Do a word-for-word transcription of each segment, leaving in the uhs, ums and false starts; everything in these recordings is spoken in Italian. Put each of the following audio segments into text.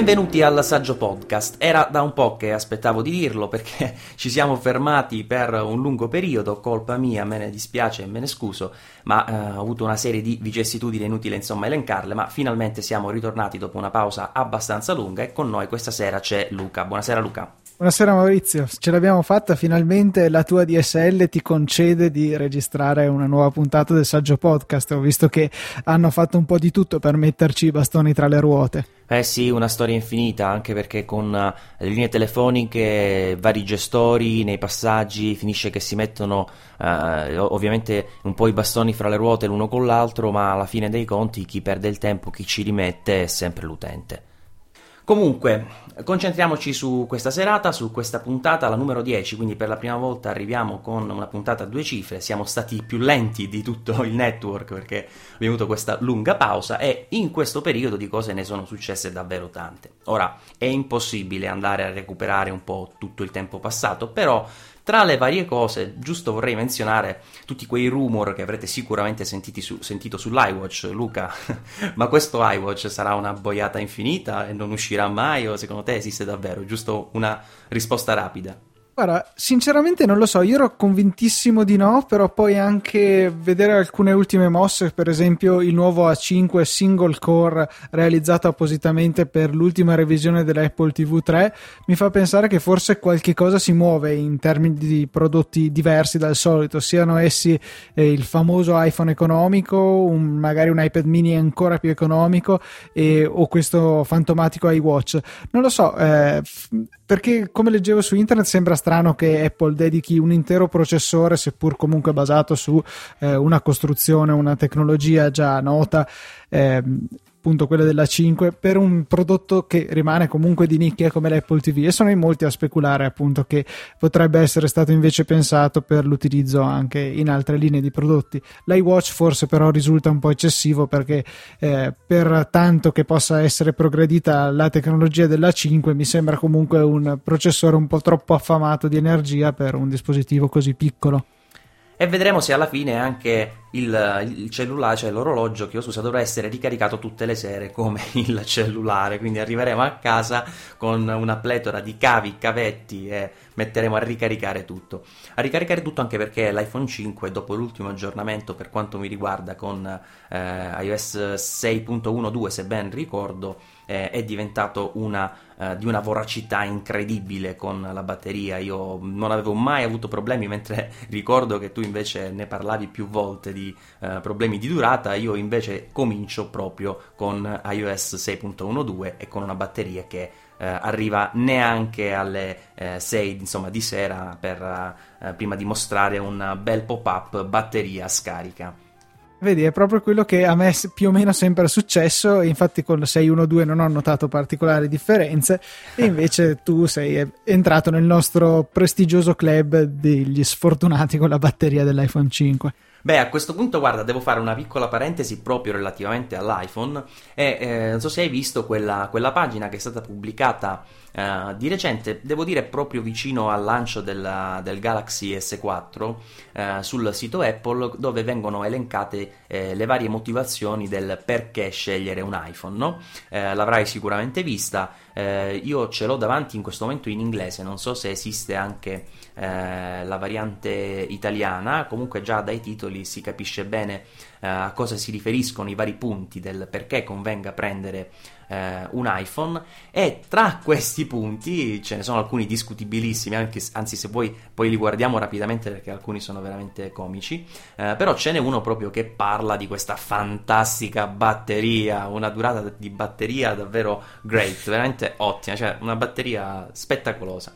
Benvenuti al Saggio Podcast. Era da un po' che aspettavo di dirlo perché ci siamo fermati per un lungo periodo, colpa mia, me ne dispiace e me ne scuso, ma eh, ho avuto una serie di vicissitudini, inutile insomma elencarle, ma finalmente siamo ritornati dopo una pausa abbastanza lunga e con noi questa sera c'è Luca. Buonasera Luca. Buonasera Maurizio, ce l'abbiamo fatta, finalmente la tua D S L ti concede di registrare una nuova puntata del Saggio Podcast. Ho visto che hanno fatto un po' di tutto per metterci i bastoni tra le ruote. Eh sì, una storia infinita, anche perché con le linee telefoniche, vari gestori, nei passaggi finisce che si mettono eh, ovviamente un po' i bastoni fra le ruote l'uno con l'altro, ma alla fine dei conti chi perde il tempo, chi ci rimette è sempre l'utente. Comunque, concentriamoci su questa serata, su questa puntata, la numero dieci, quindi per la prima volta arriviamo con una puntata a due cifre, siamo stati più lenti di tutto il network perché abbiamo avuto questa lunga pausa e in questo periodo di cose ne sono successe davvero tante. Ora, è impossibile andare a recuperare un po' tutto il tempo passato, però tra le varie cose, giusto vorrei menzionare tutti quei rumor che avrete sicuramente sentiti su, sentito sull'iWatch, Luca, ma questo iWatch sarà una boiata infinita e non uscirà mai o secondo te esiste davvero? Giusto una risposta rapida. Guarda, sinceramente non lo so, io ero convintissimo di no, però poi anche vedere alcune ultime mosse, per esempio il nuovo A cinque single core realizzato appositamente per l'ultima revisione dell'Apple T V tre, mi fa pensare che forse qualche cosa si muove in termini di prodotti diversi dal solito, siano essi eh, il famoso iPhone economico, un, magari un iPad mini ancora più economico e, o questo fantomatico iWatch. Non lo so, eh, f- perché come leggevo su internet sembra strano che Apple dedichi un intero processore, seppur comunque basato su eh, una costruzione, una tecnologia già nota, eh, appunto quella della cinque, per un prodotto che rimane comunque di nicchia come l'Apple T V, e sono in molti a speculare appunto che potrebbe essere stato invece pensato per l'utilizzo anche in altre linee di prodotti. L'iWatch forse però risulta un po' eccessivo perché eh, per tanto che possa essere progredita la tecnologia della cinque mi sembra comunque un processore un po' troppo affamato di energia per un dispositivo così piccolo. E vedremo se alla fine anche il, il cellulare, cioè l'orologio che io uso, dovrà essere ricaricato tutte le sere come il cellulare, quindi arriveremo a casa con una pletora di cavi, cavetti e metteremo a ricaricare tutto. A ricaricare tutto anche perché l'iPhone cinque, dopo l'ultimo aggiornamento per quanto mi riguarda con eh, iOS sei punto uno punto due, se ben ricordo, eh, è diventato una eh, di una voracità incredibile con la batteria. Io non avevo mai avuto problemi, mentre ricordo che tu invece ne parlavi più volte di eh, problemi di durata. Io invece comincio proprio con iOS sei punto uno punto due e con una batteria che eh, arriva neanche alle eh, sei insomma di sera per eh, prima di mostrare un bel pop-up batteria scarica. Vedi, è proprio quello che a me più o meno sempre è successo, infatti con il sei punto uno punto due non ho notato particolari differenze e invece tu sei entrato nel nostro prestigioso club degli sfortunati con la batteria dell'iPhone cinque. Beh, a questo punto, guarda, devo fare una piccola parentesi proprio relativamente all'iPhone e eh, non so se hai visto quella, quella pagina che è stata pubblicata eh, di recente, devo dire proprio vicino al lancio della, del Galaxy S quattro eh, sul sito Apple, dove vengono elencate eh, le varie motivazioni del perché scegliere un iPhone, no? Eh, l'avrai sicuramente vista, eh, io ce l'ho davanti in questo momento in inglese, non so se esiste anche eh, la variante italiana, comunque già dai titoli si capisce bene eh, a cosa si riferiscono i vari punti del perché convenga prendere eh, un iPhone, e tra questi punti ce ne sono alcuni discutibilissimi, anche, anzi se vuoi poi li guardiamo rapidamente perché alcuni sono veramente comici, eh, però ce n'è uno proprio che parla di questa fantastica batteria, una durata di batteria davvero great, veramente ottima, cioè una batteria spettacolosa.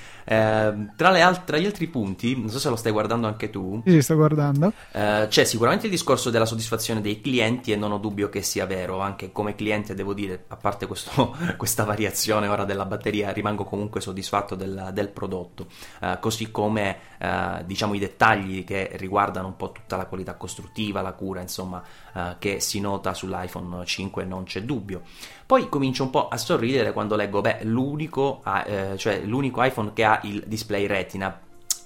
Eh, tra, le alt- tra gli altri punti, non so se lo stai guardando anche tu. Sì, sto guardando. Eh, c'è sicuramente il discorso della soddisfazione dei clienti e non ho dubbio che sia vero. Anche come cliente devo dire, a parte questo, questa variazione ora della batteria, rimango comunque soddisfatto del, del prodotto, eh, così come eh, diciamo i dettagli che riguardano un po' tutta la qualità costruttiva, la cura, insomma, eh, che si nota sull'iPhone cinque, non c'è dubbio. Poi comincio un po' a sorridere quando leggo, beh, l'unico, eh, cioè l'unico iPhone che ha il display retina.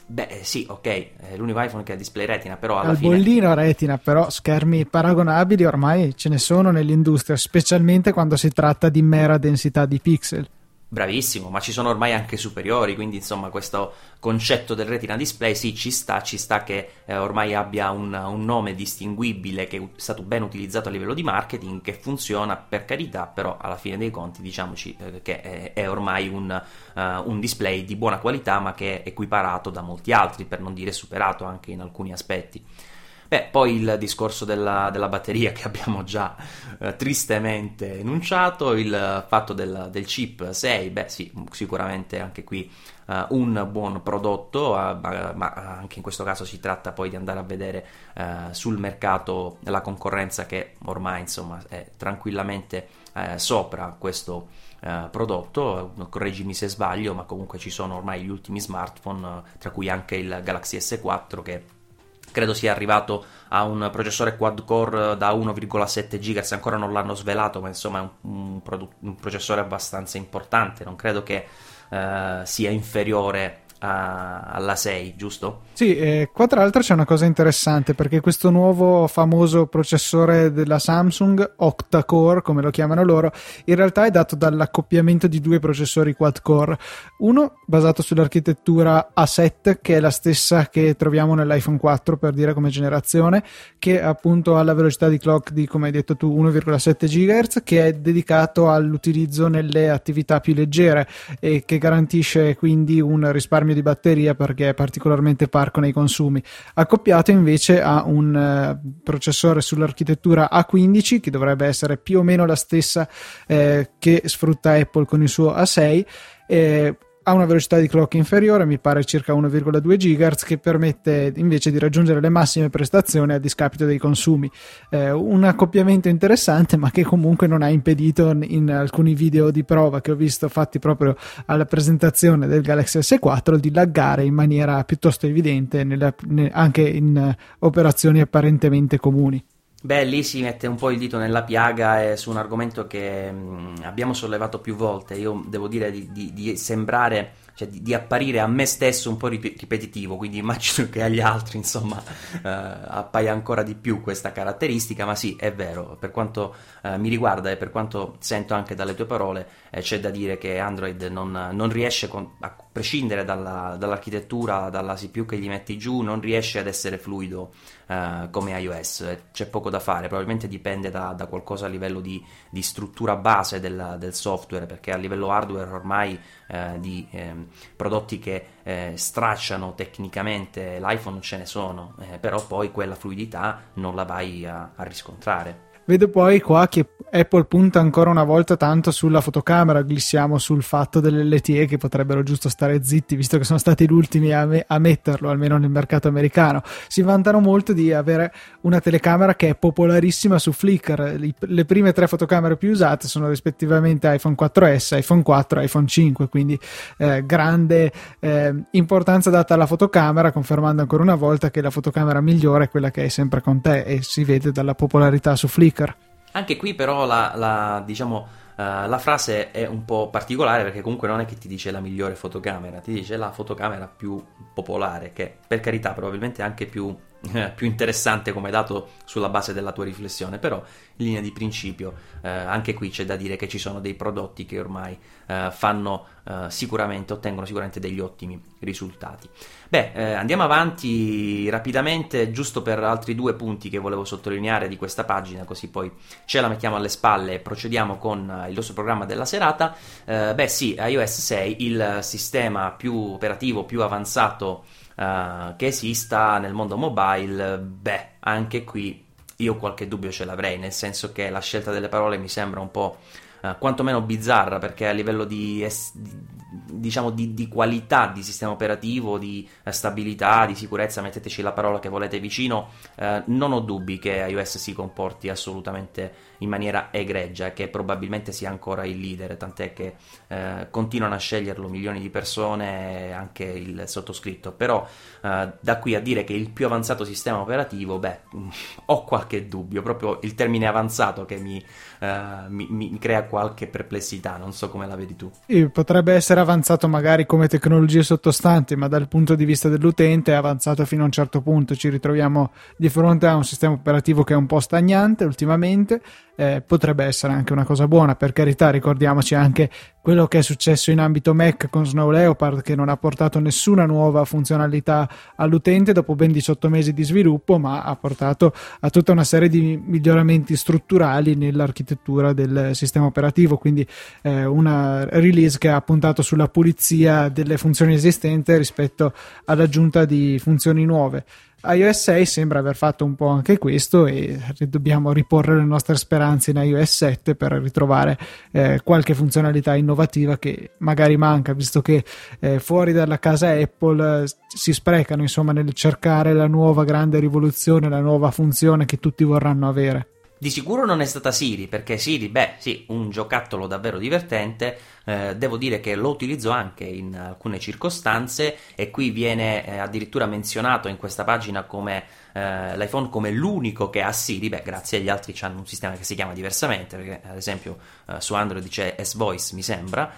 Beh, sì, ok, è l'unico iPhone che ha display retina, però alla Al fine... bollino retina, però schermi paragonabili ormai ce ne sono nell'industria, specialmente quando si tratta di mera densità di pixel. Bravissimo, ma ci sono ormai anche superiori, quindi insomma questo concetto del retina display sì, ci sta, ci sta che eh, ormai abbia un, un nome distinguibile, che è stato ben utilizzato a livello di marketing, che funziona per carità, però alla fine dei conti diciamoci eh, che è, è ormai un, uh, un display di buona qualità, ma che è equiparato da molti altri, per non dire superato anche in alcuni aspetti. Beh, poi il discorso della, della batteria che abbiamo già eh, tristemente enunciato, il fatto del, del chip sei, beh sì, sicuramente anche qui eh, un buon prodotto, eh, ma anche in questo caso si tratta poi di andare a vedere eh, sul mercato la concorrenza che ormai insomma è tranquillamente eh, sopra questo eh, prodotto, correggimi se sbaglio, ma comunque ci sono ormai gli ultimi smartphone, tra cui anche il Galaxy S quattro che credo sia arrivato a un processore quad core da uno virgola sette gigahertz, ancora non l'hanno svelato, ma insomma è un, un, produ- un processore abbastanza importante, non credo che uh, sia inferiore a, alla sei, giusto? Sì, eh, qua tra l'altro c'è una cosa interessante, perché questo nuovo famoso processore della Samsung, octa-core come lo chiamano loro, in realtà è dato dall'accoppiamento di due processori quad-core, uno basato sull'architettura A sette, che è la stessa che troviamo nell'iPhone quattro, per dire, come generazione, che appunto ha la velocità di clock di, come hai detto tu, uno virgola sette gigahertz, che è dedicato all'utilizzo nelle attività più leggere e che garantisce quindi un risparmio di batteria perché è particolarmente parco nei consumi, accoppiato invece a un uh, processore sull'architettura A quindici, che dovrebbe essere più o meno la stessa eh, che sfrutta Apple con il suo A sei, eh, ha una velocità di clock inferiore, mi pare circa uno virgola due gigahertz, che permette invece di raggiungere le massime prestazioni a discapito dei consumi. Eh, un accoppiamento interessante, ma che comunque non ha impedito in alcuni video di prova che ho visto fatti proprio alla presentazione del Galaxy S quattro di laggare in maniera piuttosto evidente nella, ne, anche in uh, operazioni apparentemente comuni. Beh, lì si mette un po' il dito nella piaga e su un argomento che mh, abbiamo sollevato più volte. Io devo dire di, di, di sembrare, cioè di, di apparire a me stesso un po' rip- ripetitivo, quindi immagino che agli altri insomma eh, appaia ancora di più questa caratteristica, ma sì, è vero, per quanto eh, mi riguarda e per quanto sento anche dalle tue parole, eh, c'è da dire che Android non, non riesce, con, a prescindere dalla, dall'architettura, dalla C P U che gli metti giù, non riesce ad essere fluido eh, come iOS. C'è poco da fare, probabilmente dipende da, da qualcosa a livello di, di struttura base del, del software, perché a livello hardware ormai eh, di eh, prodotti che eh, stracciano tecnicamente l'iPhone ce ne sono, eh, però poi quella fluidità non la vai a, a riscontrare. Vedo poi qua che Apple punta ancora una volta tanto sulla fotocamera, glissiamo sul fatto dell'L T E che potrebbero giusto stare zitti visto che sono stati gli ultimi a, me- a metterlo, almeno nel mercato americano. Si vantano molto di avere una telecamera che è popolarissima su Flickr. Le, le prime tre fotocamere più usate sono rispettivamente iPhone quattro esse, iPhone quattro e iPhone cinque, quindi eh, grande eh, importanza data alla fotocamera, confermando ancora una volta che la fotocamera migliore è quella che hai sempre con te, e si vede dalla popolarità su Flickr. Anche qui però la, la diciamo uh, la frase è un po' particolare, perché comunque non è che ti dice la migliore fotocamera, ti dice la fotocamera più popolare, che per carità probabilmente è anche più, eh, più interessante come dato sulla base della tua riflessione, però in linea di principio eh, anche qui c'è da dire che ci sono dei prodotti che ormai eh, fanno eh, sicuramente, ottengono sicuramente degli ottimi risultati. Beh, eh, andiamo avanti rapidamente, giusto per altri due punti che volevo sottolineare di questa pagina, così poi ce la mettiamo alle spalle e procediamo con il nostro programma della serata. Eh, beh sì, iOS sei, il sistema più operativo, più avanzato uh, che esista nel mondo mobile. Beh, anche qui io qualche dubbio ce l'avrei, nel senso che la scelta delle parole mi sembra un po' uh, quantomeno bizzarra, perché a livello di, es- di diciamo di, di qualità di sistema operativo, di uh, stabilità, di sicurezza, metteteci la parola che volete vicino, uh, non ho dubbi che iOS si comporti assolutamente in maniera egregia e che probabilmente sia ancora il leader, tant'è che uh, continuano a sceglierlo milioni di persone, anche il sottoscritto. Però uh, da qui a dire che il più avanzato sistema operativo, beh, ho qualche dubbio, proprio il termine avanzato che mi, uh, mi, mi crea qualche perplessità, non so come la vedi tu. Potrebbe essere avanzato avanzato magari come tecnologie sottostanti, ma dal punto di vista dell'utente è avanzato fino a un certo punto. Ci ritroviamo di fronte a un sistema operativo che è un po' stagnante ultimamente. Eh, potrebbe essere anche una cosa buona, per carità. Ricordiamoci anche quello che è successo in ambito Mac con Snow Leopard, che non ha portato nessuna nuova funzionalità all'utente dopo ben diciotto mesi di sviluppo, ma ha portato a tutta una serie di miglioramenti strutturali nell'architettura del sistema operativo, quindi eh, una release che ha puntato sulla pulizia delle funzioni esistenti rispetto all'aggiunta di funzioni nuove. iOS sei sembra aver fatto un po' anche questo, e dobbiamo riporre le nostre speranze in iOS sette per ritrovare eh, qualche funzionalità innovativa che magari manca, visto che eh, fuori dalla casa Apple eh, si sprecano insomma nel cercare la nuova grande rivoluzione, la nuova funzione che tutti vorranno avere. Di sicuro non è stata Siri, perché Siri, beh sì, un giocattolo davvero divertente, eh, devo dire che lo utilizzo anche in alcune circostanze, e qui viene eh, addirittura menzionato in questa pagina come eh, l'iPhone come l'unico che ha Siri. Beh, grazie agli altri hanno un sistema che si chiama diversamente, perché ad esempio eh, su Android c'è S-Voice, mi sembra.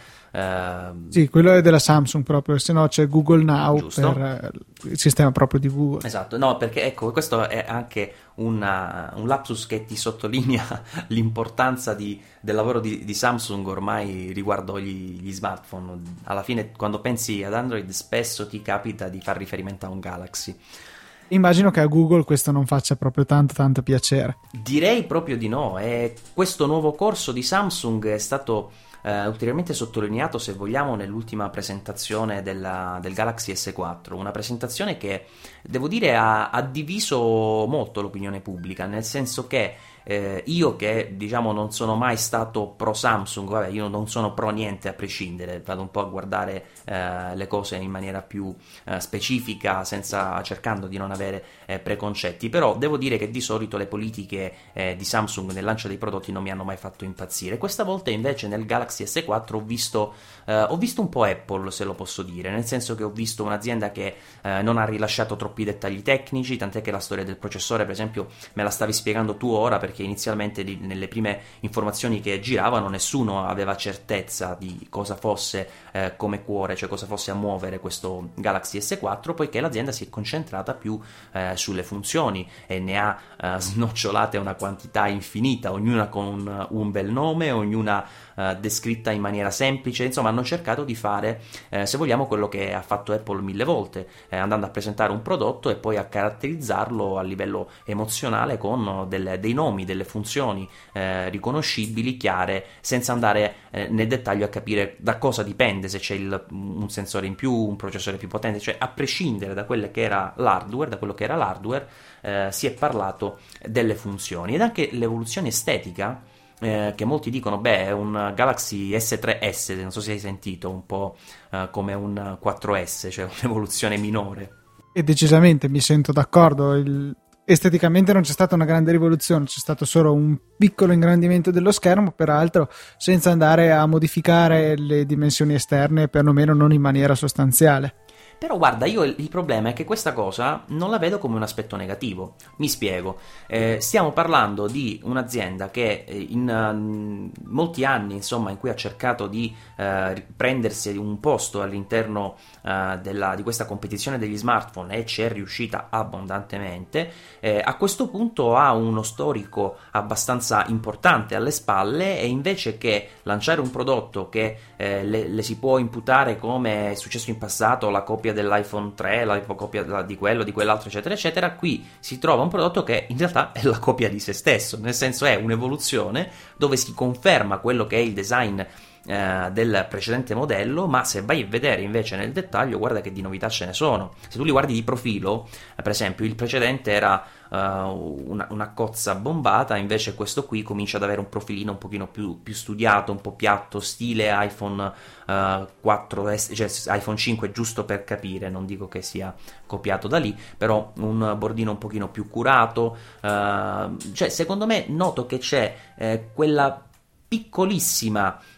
Uh, sì, quello è della Samsung proprio, se no c'è Google Now, giusto, per uh, il sistema proprio di Google. Esatto, no, perché ecco, questo è anche una, un lapsus che ti sottolinea l'importanza di, del lavoro di, di Samsung ormai riguardo gli, gli smartphone. Alla fine, quando pensi ad Android, spesso ti capita di far riferimento a un Galaxy. Immagino che a Google questo non faccia proprio tanto tanto piacere. Direi proprio di no, e questo nuovo corso di Samsung è stato Uh, ulteriormente sottolineato, se vogliamo, nell'ultima presentazione della, del Galaxy S quattro, una presentazione che devo dire ha, ha diviso molto l'opinione pubblica, nel senso che eh, io che diciamo non sono mai stato pro Samsung, vabbè, io non sono pro niente a prescindere, vado un po' a guardare eh, le cose in maniera più eh, specifica, senza, cercando di non avere eh, preconcetti, però devo dire che di solito le politiche eh, di Samsung nel lancio dei prodotti non mi hanno mai fatto impazzire. Questa volta invece nel Galaxy S quattro ho visto, eh, ho visto un po' Apple, se lo posso dire, nel senso che ho visto un'azienda che eh, non ha rilasciato troppi dettagli tecnici, tant'è che la storia del processore, per esempio, me la stavi spiegando tu ora, perché inizialmente di, nelle prime informazioni che giravano nessuno aveva certezza di cosa fosse eh, come cuore, cioè cosa fosse a muovere questo Galaxy S quattro, poiché l'azienda si è concentrata più eh, sulle funzioni e ne ha eh, snocciolate una quantità infinita, ognuna con un, un bel nome, ognuna eh, descritta in maniera semplice. Insomma, hanno cercato di fare, eh, se vogliamo, quello che ha fatto Apple mille volte, eh, andando a presentare un prodotto e poi a caratterizzarlo a livello emozionale con del, dei nomi, delle funzioni eh, riconoscibili, chiare, senza andare eh, nel dettaglio a capire da cosa dipende, se c'è il, un sensore in più, un processore più potente, cioè a prescindere da quello che era l'hardware, da quello che era l'hardware, eh, si è parlato delle funzioni. Ed anche l'evoluzione estetica, Eh, che molti dicono, beh, è un Galaxy S tre S, non so se hai sentito, un po' eh, come un quattro S, cioè un'evoluzione minore. E decisamente mi sento d'accordo. Il... esteticamente non c'è stata una grande rivoluzione, c'è stato solo un piccolo ingrandimento dello schermo, peraltro senza andare a modificare le dimensioni esterne, perlomeno non in maniera sostanziale. Però guarda, io il problema è che questa cosa non la vedo come un aspetto negativo. Mi spiego. Eh, stiamo parlando di un'azienda che in uh, molti anni, insomma, in cui ha cercato di uh, prendersi un posto all'interno uh, della, di questa competizione degli smartphone, e ci è riuscita abbondantemente. Eh, a questo punto ha uno storico abbastanza importante alle spalle, e invece che lanciare un prodotto che eh, le, le si può imputare, come è successo in passato, la copia dell'iPhone tre, la copia di quello, di quell'altro, eccetera eccetera, qui si trova un prodotto che in realtà è la copia di se stesso, nel senso è un'evoluzione dove si conferma quello che è il design eh, del precedente modello, ma se vai a vedere invece nel dettaglio, guarda che di novità ce ne sono. Se tu li guardi di profilo, eh, per esempio il precedente era Uh, una, una cozza bombata, invece questo qui comincia ad avere un profilino un pochino più, più studiato, un po' piatto, stile iPhone uh, quattro S, cioè iPhone cinque, giusto per capire, non dico che sia copiato da lì, però un bordino un pochino più curato, uh, cioè secondo me noto che c'è eh, quella piccolissima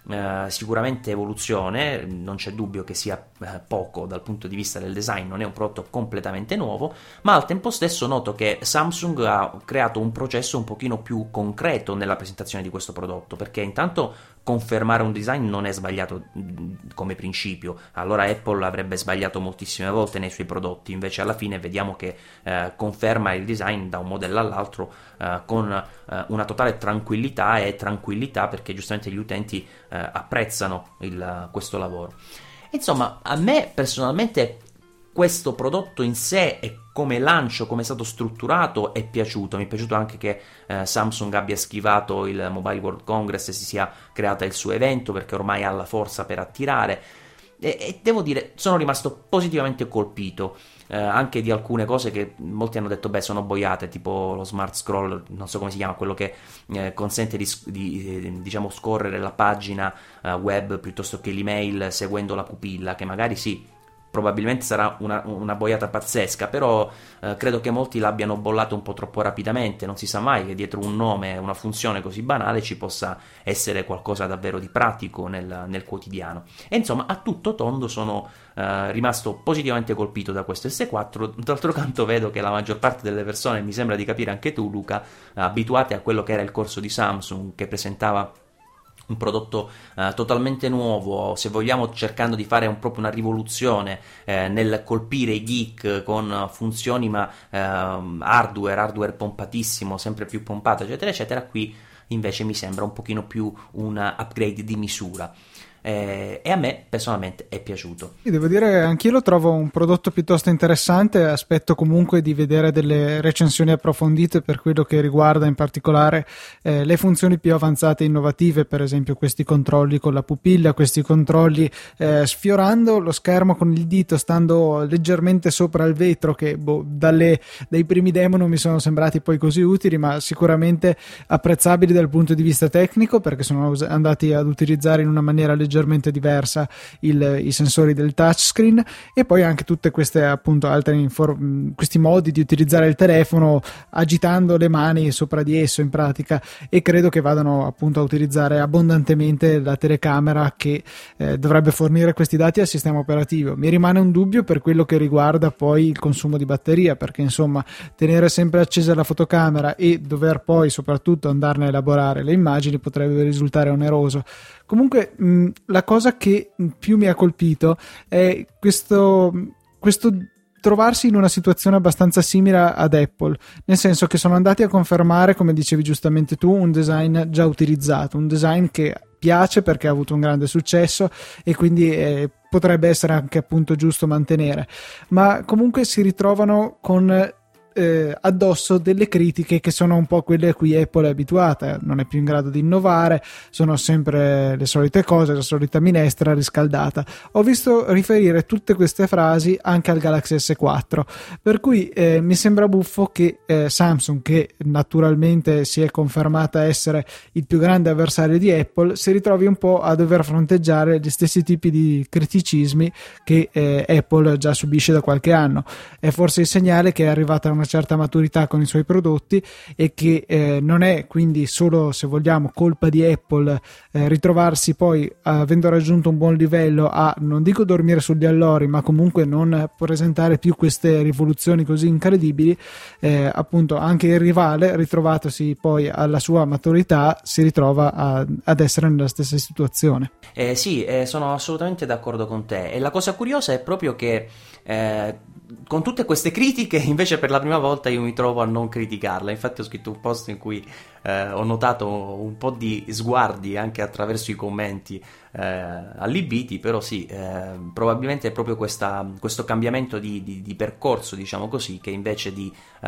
eh, sicuramente evoluzione, non c'è dubbio che sia eh, poco dal punto di vista del design, non è un prodotto completamente nuovo, ma al tempo stesso noto che Samsung ha creato un processo un pochino più concreto nella presentazione di questo prodotto, perché intanto confermare un design non è sbagliato come principio, allora Apple avrebbe sbagliato moltissime volte nei suoi prodotti, invece alla fine vediamo che eh, conferma il design da un modello all'altro eh, con eh, una totale tranquillità e tranquillità, perché giustamente gli utenti eh, apprezzano il, questo lavoro. Insomma, a me personalmente questo prodotto in sé e come lancio, come è stato strutturato, è piaciuto. Mi è piaciuto anche che eh, Samsung abbia schivato il Mobile World Congress e si sia creata il suo evento, perché ormai ha la forza per attirare. E, e devo dire, sono rimasto positivamente colpito eh, anche di alcune cose che molti hanno detto, beh, sono boiate, tipo lo smart scroll, non so come si chiama, quello che eh, consente di, di eh, diciamo scorrere la pagina eh, web piuttosto che l'email seguendo la pupilla, che magari sì, probabilmente sarà una, una boiata pazzesca, però eh, credo che molti l'abbiano bollato un po' troppo rapidamente. Non si sa mai che dietro un nome, una funzione così banale ci possa essere qualcosa davvero di pratico nel, nel quotidiano. E insomma, a tutto tondo sono eh, rimasto positivamente colpito da questo S quattro. D'altro canto vedo che la maggior parte delle persone, mi sembra di capire anche tu Luca, abituate a quello che era il corso di Samsung, che presentava un prodotto eh, totalmente nuovo, se vogliamo cercando di fare un, proprio una rivoluzione eh, nel colpire i geek con funzioni ma eh, hardware, hardware pompatissimo, sempre più pompato, eccetera eccetera. Qui invece mi sembra un pochino più un upgrade di misura. Eh, e a me personalmente è piaciuto. Io devo dire, anch'io lo trovo un prodotto piuttosto interessante. Aspetto comunque di vedere delle recensioni approfondite per quello che riguarda in particolare eh, le funzioni più avanzate e innovative, per esempio questi controlli con la pupilla, questi controlli eh, sfiorando lo schermo con il dito, stando leggermente sopra il vetro, che boh, dalle, dai primi demo non mi sono sembrati poi così utili, ma sicuramente apprezzabili dal punto di vista tecnico, perché sono us- andati ad utilizzare in una maniera leggermente leggermente diversa il, i sensori del touchscreen, e poi anche tutte queste appunto altre inform- questi modi di utilizzare il telefono agitando le mani sopra di esso in pratica, e credo che vadano appunto a utilizzare abbondantemente la telecamera che eh, dovrebbe fornire questi dati al sistema operativo. Mi rimane un dubbio per quello che riguarda poi il consumo di batteria, perché insomma tenere sempre accesa la fotocamera e dover poi soprattutto andarne a elaborare le immagini potrebbe risultare oneroso. Comunque mh, la cosa che più mi ha colpito è questo, questo trovarsi in una situazione abbastanza simile ad Apple, nel senso che sono andati a confermare, come dicevi giustamente tu, un design già utilizzato, un design che piace perché ha avuto un grande successo e quindi eh, potrebbe essere anche appunto giusto mantenere, ma comunque si ritrovano con Eh, addosso delle critiche che sono un po' quelle a cui Apple è abituata. Non è più in grado di innovare, sono sempre le solite cose, la solita minestra riscaldata. Ho visto riferire tutte queste frasi anche al Galaxy S quattro, per cui eh, mi sembra buffo che eh, Samsung, che naturalmente si è confermata essere il più grande avversario di Apple, si ritrovi un po' a dover fronteggiare gli stessi tipi di criticismi che eh, Apple già subisce da qualche anno. È forse il segnale che è arrivata a una certa maturità con i suoi prodotti e che eh, non è quindi solo, se vogliamo, colpa di Apple eh, ritrovarsi poi, avendo raggiunto un buon livello, a, non dico dormire sugli allori, ma comunque non presentare più queste rivoluzioni così incredibili. Eh, appunto anche il rivale, ritrovatosi poi alla sua maturità, si ritrova a, ad essere nella stessa situazione. Eh, sì, eh, sono assolutamente d'accordo con te, e la cosa curiosa è proprio che eh, con tutte queste critiche invece per la prima volta io mi trovo a non criticarla. Infatti ho scritto un post in cui eh, ho notato un po' di sguardi anche attraverso i commenti eh, allibiti, però sì, eh, probabilmente è proprio questa, questo cambiamento di, di, di percorso, diciamo così, che invece di eh,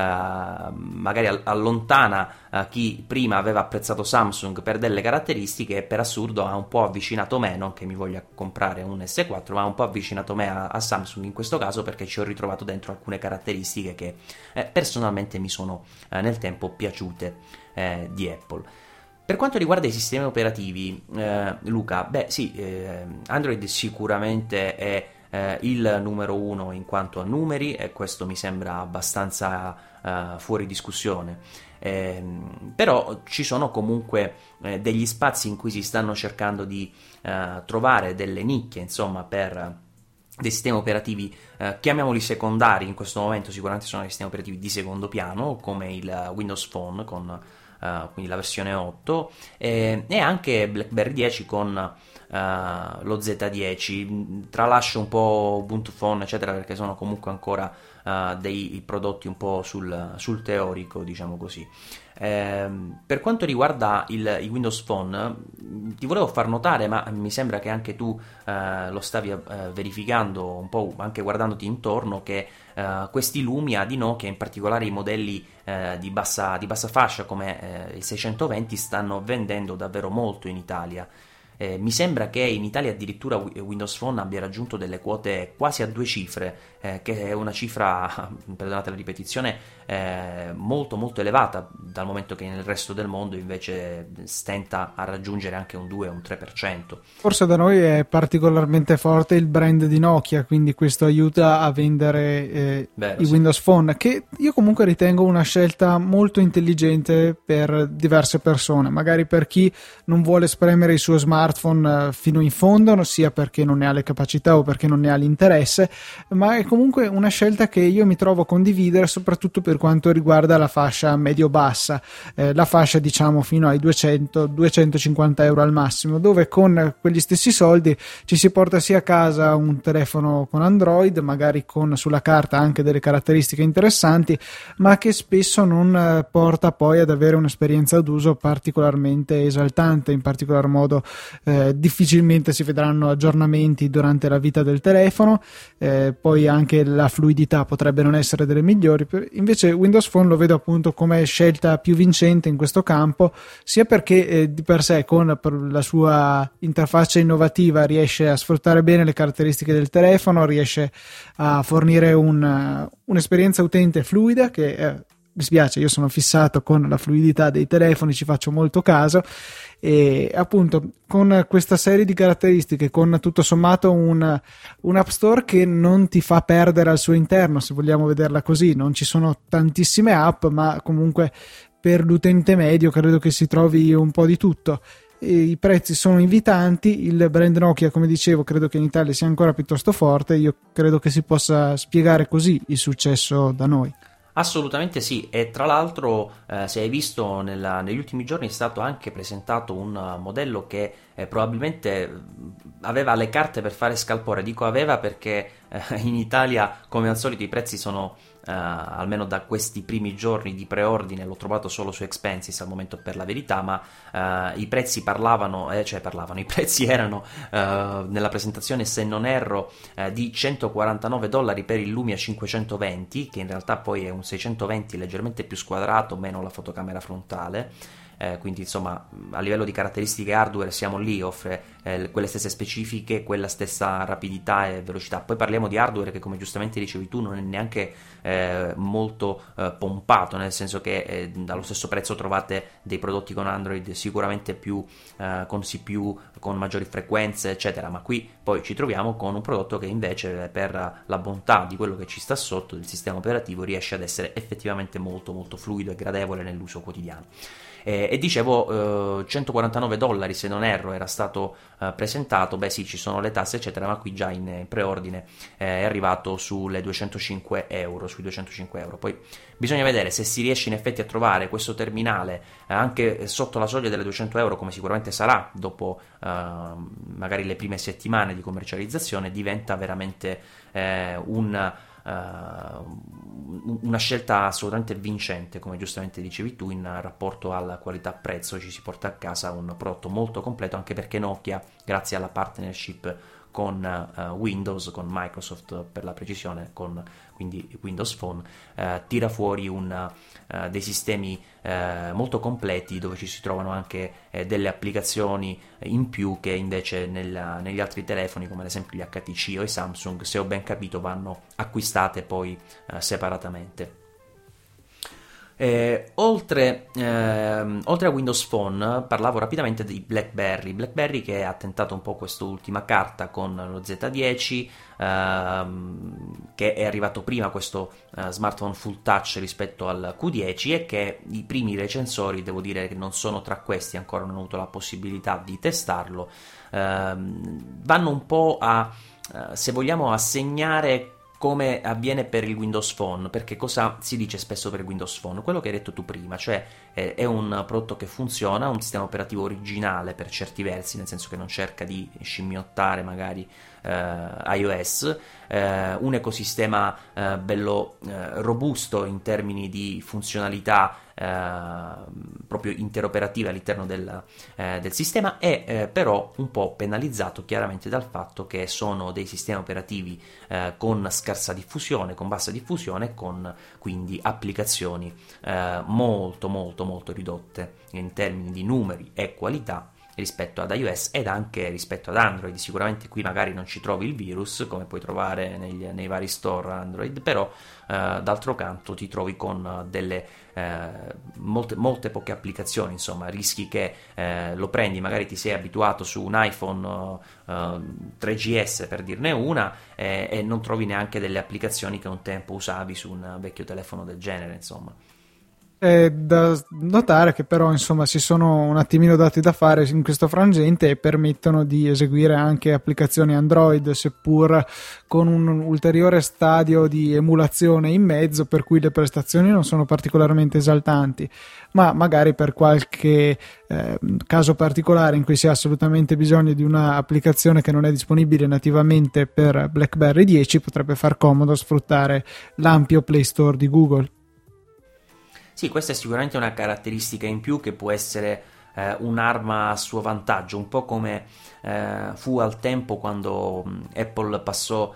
magari allontana eh, chi prima aveva apprezzato Samsung per delle caratteristiche e per assurdo ha un po' avvicinato me, non che mi voglia comprare un S quattro, ma ha un po' avvicinato me a, a Samsung in questo caso, perché ci ho ritrovato dentro alcune caratteristiche che eh, personalmente mi sono eh, nel tempo piaciute eh, di Apple. Per quanto riguarda i sistemi operativi, eh, Luca, beh sì, eh, Android sicuramente è eh, il numero uno in quanto a numeri, e questo mi sembra abbastanza eh, fuori discussione. Eh, però ci sono comunque eh, degli spazi in cui si stanno cercando di eh, trovare delle nicchie, insomma, per dei sistemi operativi, eh, chiamiamoli secondari. In questo momento sicuramente sono dei sistemi operativi di secondo piano, come il Windows Phone con uh, quindi la versione otto, eh, e anche BlackBerry dieci con Uh, lo Z dieci. Tralascio un po' Ubuntu Phone eccetera, perché sono comunque ancora uh, dei prodotti un po' sul, sul teorico, diciamo così. Eh, per quanto riguarda il, il Windows Phone, ti volevo far notare, ma mi sembra che anche tu uh, lo stavi uh, verificando un po', anche guardandoti intorno, che uh, questi Lumia di Nokia, in particolare i modelli uh, di, bassa, di bassa fascia come uh, il seicentoventi, stanno vendendo davvero molto in Italia. Eh, mi sembra che in Italia addirittura Windows Phone abbia raggiunto delle quote quasi a due cifre, eh, che è una cifra, perdonate la ripetizione, eh, molto molto elevata, dal momento che nel resto del mondo invece stenta a raggiungere anche un due o un tre per cento. Forse da noi è particolarmente forte il brand di Nokia, quindi questo aiuta a vendere eh, Vero, i sì. Windows Phone, che io comunque ritengo una scelta molto intelligente per diverse persone, magari per chi non vuole spremere il suo smartphone fino in fondo, sia perché non ne ha le capacità o perché non ne ha l'interesse, ma è comunque una scelta che io mi trovo a condividere, soprattutto per quanto riguarda la fascia medio-bassa, eh, la fascia diciamo fino ai duecento duecentocinquanta euro al massimo, dove con quegli stessi soldi ci si porta sia a casa un telefono con Android, magari con sulla carta anche delle caratteristiche interessanti, ma che spesso non porta poi ad avere un'esperienza d'uso particolarmente esaltante. In particolar modo Eh, difficilmente si vedranno aggiornamenti durante la vita del telefono, eh, poi anche la fluidità potrebbe non essere delle migliori. Invece Windows Phone lo vedo appunto come scelta più vincente in questo campo, sia perché eh, di per sé con per la sua interfaccia innovativa riesce a sfruttare bene le caratteristiche del telefono, riesce a fornire un, un'esperienza utente fluida che eh, mi spiace, io sono fissato con la fluidità dei telefoni, ci faccio molto caso, e appunto con questa serie di caratteristiche, con tutto sommato un, un App Store che non ti fa perdere al suo interno, se vogliamo vederla così. Non ci sono tantissime app, ma comunque per l'utente medio credo che si trovi un po' di tutto. E i prezzi sono invitanti, il brand Nokia, come dicevo, credo che in Italia sia ancora piuttosto forte. Io credo che si possa spiegare così il successo da noi. Assolutamente sì, e tra l'altro eh, se hai visto nella, negli ultimi giorni è stato anche presentato un uh, modello che eh, probabilmente aveva le carte per fare scalpore. Dico aveva perché eh, in Italia come al solito i prezzi sono, eh, almeno da questi primi giorni di preordine, l'ho trovato solo su Expenses al momento per la verità, ma eh, i prezzi parlavano, eh, cioè parlavano, i prezzi erano eh, nella presentazione, se non erro, eh, di centoquarantanove dollari per il Lumia cinquecentoventi, che in realtà poi è un seicentoventi leggermente più squadrato, meno la fotocamera frontale. Eh, quindi insomma a livello di caratteristiche hardware siamo lì, offre eh, quelle stesse specifiche, quella stessa rapidità e velocità. Poi parliamo di hardware che, come giustamente dicevi tu, non è neanche eh, molto eh, pompato, nel senso che eh, allo stesso prezzo trovate dei prodotti con Android sicuramente più eh, con C P U, con maggiori frequenze eccetera, ma qui poi ci troviamo con un prodotto che invece, per la bontà di quello che ci sta sotto del sistema operativo, riesce ad essere effettivamente molto molto fluido e gradevole nell'uso quotidiano. Eh, e dicevo, eh, centoquarantanove dollari se non erro era stato eh, presentato. Beh sì, ci sono le tasse eccetera, ma qui già in preordine eh, è arrivato sulle duecentocinque euro, sui duecentocinque euro. Poi bisogna vedere se si riesce in effetti a trovare questo terminale eh, anche sotto la soglia delle duecento euro, come sicuramente sarà dopo eh, magari le prime settimane di commercializzazione. Diventa veramente eh, un Uh, una scelta assolutamente vincente, come giustamente dicevi tu. In rapporto alla qualità-prezzo ci si porta a casa un prodotto molto completo, anche perché Nokia, grazie alla partnership con uh, Windows, con Microsoft per la precisione, con quindi Windows Phone, uh, tira fuori un, uh, dei sistemi uh, molto completi, dove ci si trovano anche uh, delle applicazioni in più che invece nel, negli altri telefoni, come ad esempio gli H T C o i Samsung, se ho ben capito, vanno acquistate poi uh, separatamente. Eh, oltre, ehm, oltre a Windows Phone, parlavo rapidamente di BlackBerry. BlackBerry che ha tentato un po' quest'ultima carta con lo Z dieci, ehm, che è arrivato prima questo eh, smartphone full touch rispetto al Q dieci, e che i primi recensori, devo dire che non sono tra questi, ancora non ho avuto la possibilità di testarlo, ehm, vanno un po' a, eh, se vogliamo, assegnare come avviene per il Windows Phone, perché cosa si dice spesso per il Windows Phone? Quello che hai detto tu prima, cioè eh, è un prodotto che funziona, un sistema operativo originale per certi versi, nel senso che non cerca di scimmiottare magari eh, iOS, eh, un ecosistema eh, bello eh, robusto in termini di funzionalità eh, proprio interoperative all'interno del, eh, del sistema, è eh, però un po' penalizzato chiaramente dal fatto che sono dei sistemi operativi eh, con scarsa diffusione, con bassa diffusione, con quindi applicazioni eh, molto molto molto ridotte in termini di numeri e qualità rispetto ad iOS ed anche rispetto ad Android. Sicuramente qui magari non ci trovi il virus come puoi trovare negli, nei vari store Android, però eh, d'altro canto ti trovi con delle eh, molte, molte poche applicazioni, insomma rischi che eh, lo prendi, magari ti sei abituato su un iPhone eh, tre G S per dirne una, eh, e non trovi neanche delle applicazioni che un tempo usavi su un vecchio telefono del genere, insomma. È da notare che però insomma si sono un attimino dati da fare in questo frangente e permettono di eseguire anche applicazioni Android, seppur con un ulteriore stadio di emulazione in mezzo, per cui le prestazioni non sono particolarmente esaltanti, ma magari per qualche eh, caso particolare in cui si ha assolutamente bisogno di un'applicazione che non è disponibile nativamente per BlackBerry dieci, potrebbe far comodo sfruttare l'ampio Play Store di Google. Sì, questa è sicuramente una caratteristica in più che può essere eh, un'arma a suo vantaggio, un po' come eh, fu al tempo quando mh, Apple passò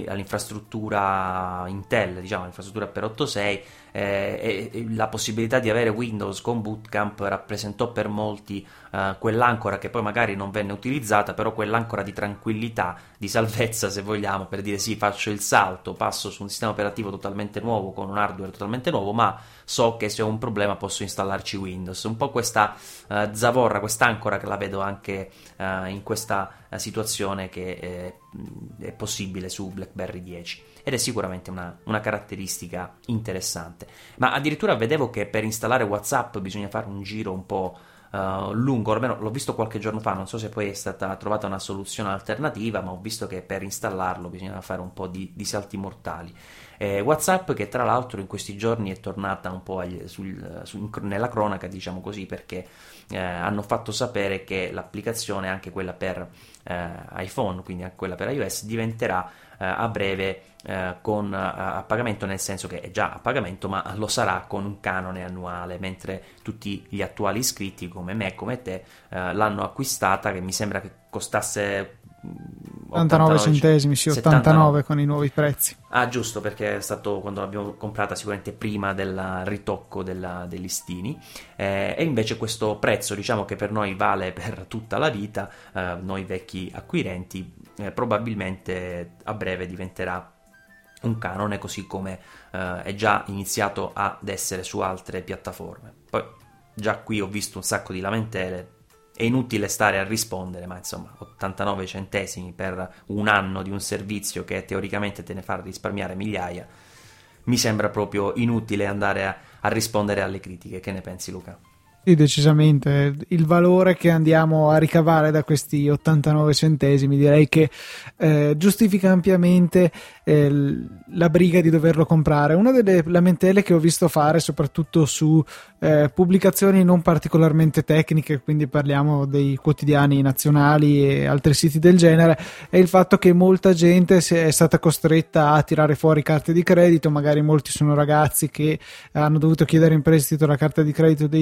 all'infrastruttura Intel, diciamo l'infrastruttura per ottantasei, eh, e, e la possibilità di avere Windows con Boot Camp rappresentò per molti eh, quell'ancora che poi magari non venne utilizzata, però quell'ancora di tranquillità, di salvezza se vogliamo, per dire sì, faccio il salto, passo su un sistema operativo totalmente nuovo con un hardware totalmente nuovo, ma so che se ho un problema posso installarci Windows. Un po' questa uh, zavorra, quest'ancora che la vedo anche uh, in questa uh, situazione che eh, è possibile su BlackBerry dieci, ed è sicuramente una, una caratteristica interessante. Ma addirittura vedevo che per installare WhatsApp bisogna fare un giro un po' Uh, lungo, almeno l'ho visto qualche giorno fa, non so se poi è stata trovata una soluzione alternativa, ma ho visto che per installarlo bisogna fare un po' di, di salti mortali. eh, WhatsApp, che tra l'altro in questi giorni è tornata un po' agli, sul, sul, nella cronaca, diciamo così, perché eh, hanno fatto sapere che l'applicazione, anche quella per eh, iPhone, quindi anche quella per iOS, diventerà eh, a breve eh, con a, a pagamento, nel senso che è già a pagamento, ma lo sarà con un canone annuale, mentre tutti gli attuali iscritti come me, come te, eh, l'hanno acquistata, che mi sembra che costasse ottantanove centesimi, sì, ottantanove con i nuovi prezzi. Ah, giusto, perché è stato quando l'abbiamo comprata sicuramente prima del ritocco della, dei listini, eh, e invece questo prezzo, diciamo che per noi vale per tutta la vita, eh, noi vecchi acquirenti, eh, probabilmente a breve diventerà un canone, così come eh, è già iniziato ad essere su altre piattaforme. Poi già qui ho visto un sacco di lamentele. È inutile stare a rispondere, ma insomma ottantanove centesimi per un anno di un servizio che teoricamente te ne fa risparmiare migliaia, mi sembra proprio inutile andare a, a rispondere alle critiche. Che ne pensi, Luca? Sì, decisamente. Il valore che andiamo a ricavare da questi ottantanove centesimi direi che eh, giustifica ampiamente eh, la briga di doverlo comprare. Una delle lamentele che ho visto fare, soprattutto su eh, pubblicazioni non particolarmente tecniche, quindi parliamo dei quotidiani nazionali e altri siti del genere, è il fatto che molta gente è stata costretta a tirare fuori carte di credito. Magari molti sono ragazzi che hanno dovuto chiedere in prestito la carta di credito dei genitori,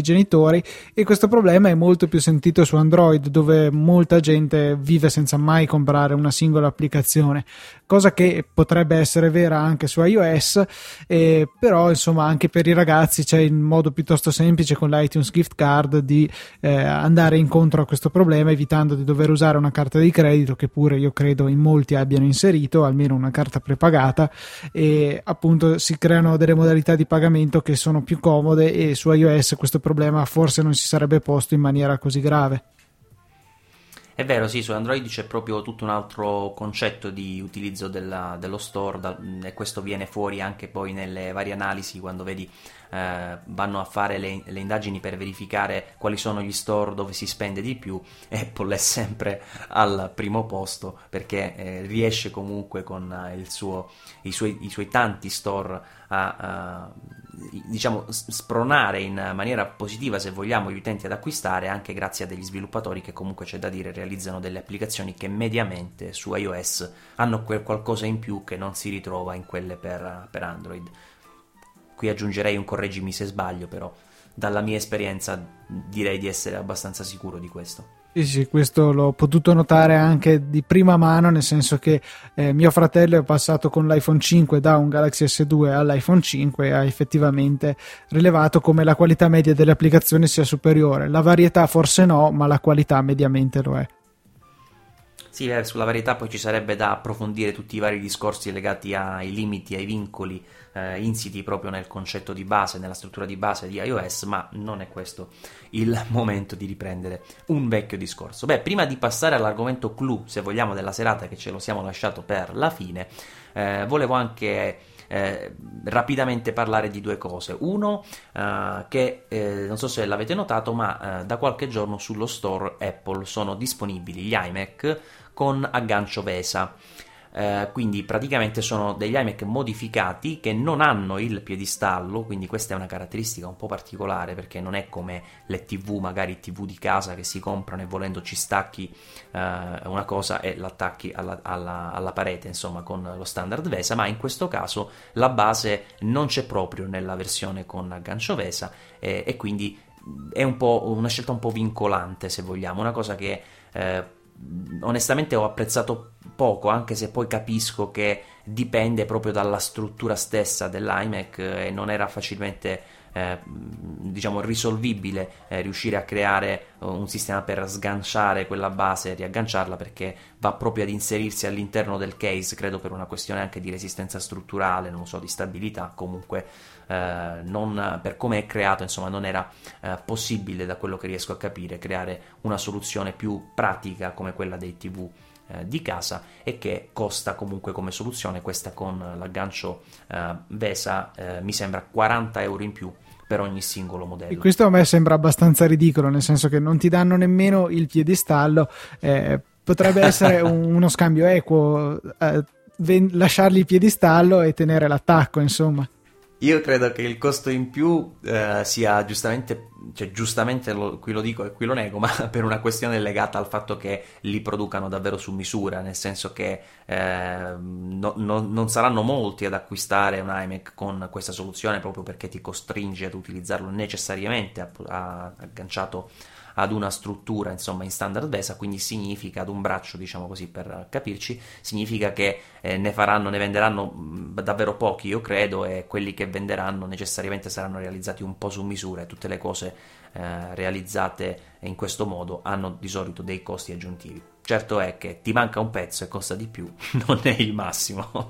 superiori, e questo problema è molto più sentito su Android, dove molta gente vive senza mai comprare una singola applicazione, cosa che potrebbe essere vera anche su iOS, eh, però insomma anche per i ragazzi c'è il modo piuttosto semplice con l'iTunes Gift Card di eh, andare incontro a questo problema, evitando di dover usare una carta di credito, che pure io credo in molti abbiano inserito, almeno una carta prepagata, e appunto si creano delle modalità di pagamento che sono più comode, e su iOS questo problema forse non si sarebbe posto in maniera così grave. È vero, sì, su Android c'è proprio tutto un altro concetto di utilizzo della, dello store, da, e questo viene fuori anche poi nelle varie analisi, quando vedi eh, vanno a fare le, le indagini per verificare quali sono gli store dove si spende di più. Apple è sempre al primo posto, perché eh, riesce comunque con eh, il suo, i, suoi, i suoi tanti store a, a diciamo spronare in maniera positiva, se vogliamo, gli utenti ad acquistare, anche grazie a degli sviluppatori che comunque, c'è da dire, realizzano delle applicazioni che mediamente su iOS hanno quel qualcosa in più che non si ritrova in quelle per, per Android. Qui aggiungerei un correggimi se sbaglio, però dalla mia esperienza direi di essere abbastanza sicuro di questo. Sì, sì, questo l'ho potuto notare anche di prima mano, nel senso che eh, mio fratello è passato con l'iPhone cinque da un Galaxy S due all'iPhone cinque e ha effettivamente rilevato come la qualità media delle applicazioni sia superiore. La varietà forse no, ma la qualità mediamente lo è. Sì, eh, sulla varietà poi ci sarebbe da approfondire tutti i vari discorsi legati ai limiti, ai vincoli eh, insiti proprio nel concetto di base, nella struttura di base di iOS, ma non è questo il momento di riprendere un vecchio discorso. Beh, prima di passare all'argomento clou, se vogliamo, della serata, che ce lo siamo lasciato per la fine, eh, volevo anche eh, rapidamente parlare di due cose. Uno, eh, che eh, non so se l'avete notato, ma eh, da qualche giorno sullo store Apple sono disponibili gli iMac con aggancio VESA. Eh, quindi praticamente sono degli iMac modificati che non hanno il piedistallo, quindi questa è una caratteristica un po' particolare, perché non è come le tivù, magari tivù di casa, che si comprano e volendo ci stacchi eh, una cosa e l'attacchi alla, alla, alla parete, insomma, con lo standard VESA, ma in questo caso la base non c'è proprio nella versione con aggancio VESA, eh, e quindi è un po' una scelta un po' vincolante, se vogliamo, una cosa che eh, onestamente ho apprezzato poco, anche se poi capisco che dipende proprio dalla struttura stessa dell'iMac e non era facilmente eh, diciamo risolvibile eh, riuscire a creare un sistema per sganciare quella base e riagganciarla, perché va proprio ad inserirsi all'interno del case, credo per una questione anche di resistenza strutturale, non so, di stabilità. Comunque eh, non, per come è creato, insomma, non era eh, possibile, da quello che riesco a capire, creare una soluzione più pratica come quella dei tivù eh, di casa, e che costa comunque come soluzione, questa con l'aggancio eh, VESA, eh, mi sembra quaranta euro in più per ogni singolo modello. E questo a me sembra abbastanza ridicolo, nel senso che non ti danno nemmeno il piedistallo. Eh, potrebbe essere un, uno scambio equo, eh, ven- lasciargli il piedistallo e tenere l'attacco, insomma. Io credo che il costo in più eh, sia giustamente, cioè giustamente lo, qui lo dico e qui lo nego, ma per una questione legata al fatto che li producano davvero su misura, nel senso che eh, no, no, non saranno molti ad acquistare un iMac con questa soluzione, proprio perché ti costringe ad utilizzarlo necessariamente a, a, agganciato ad una struttura, insomma, in standard VESA, quindi significa, ad un braccio, diciamo così, per capirci, significa che eh, ne faranno, ne venderanno mh, davvero pochi, io credo, e quelli che venderanno necessariamente saranno realizzati un po' su misura, e tutte le cose eh, realizzate in questo modo hanno di solito dei costi aggiuntivi. Certo è che ti manca un pezzo e costa di più, non è il massimo.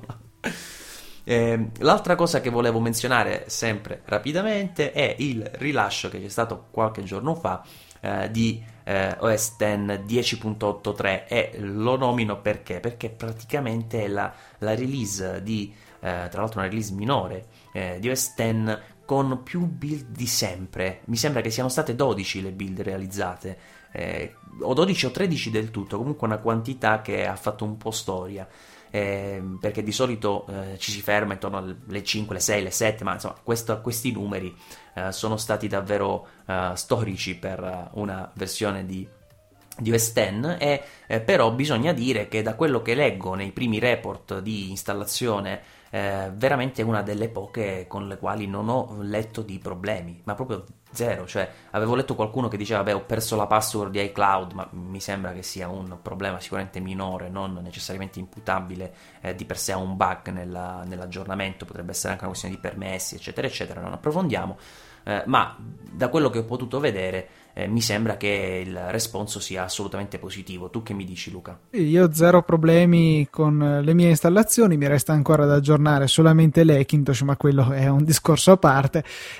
Eh, l'altra cosa che volevo menzionare sempre rapidamente è il rilascio che c'è stato qualche giorno fa eh, di eh, O S X dieci punto otto punto tre, e lo nomino perché? Perché praticamente è la, la release di, eh, tra l'altro una release minore eh, di O S X con più build di sempre. Mi sembra che siano state dodici le build realizzate, eh, o dodici o tredici del tutto, comunque una quantità che ha fatto un po' storia. Eh, perché di solito eh, ci si ferma intorno alle cinque, le sei, le sette, ma insomma questo, questi numeri eh, sono stati davvero eh, storici per una versione di, di O S X, e eh, però bisogna dire che da quello che leggo nei primi report di installazione eh, veramente una delle poche con le quali non ho letto di problemi, ma proprio zero. Cioè, avevo letto qualcuno che diceva, beh, ho perso la password di iCloud, ma mi sembra che sia un problema sicuramente minore, non necessariamente imputabile eh, di per sé a un bug nella, nell'aggiornamento, potrebbe essere anche una questione di permessi, eccetera, eccetera, non approfondiamo. Eh, ma da quello che ho potuto vedere eh, mi sembra che il responso sia assolutamente positivo. Tu che mi dici, Luca? Io ho zero problemi con le mie installazioni, mi resta ancora da aggiornare solamente l'Hackintosh, ma quello è un discorso a parte.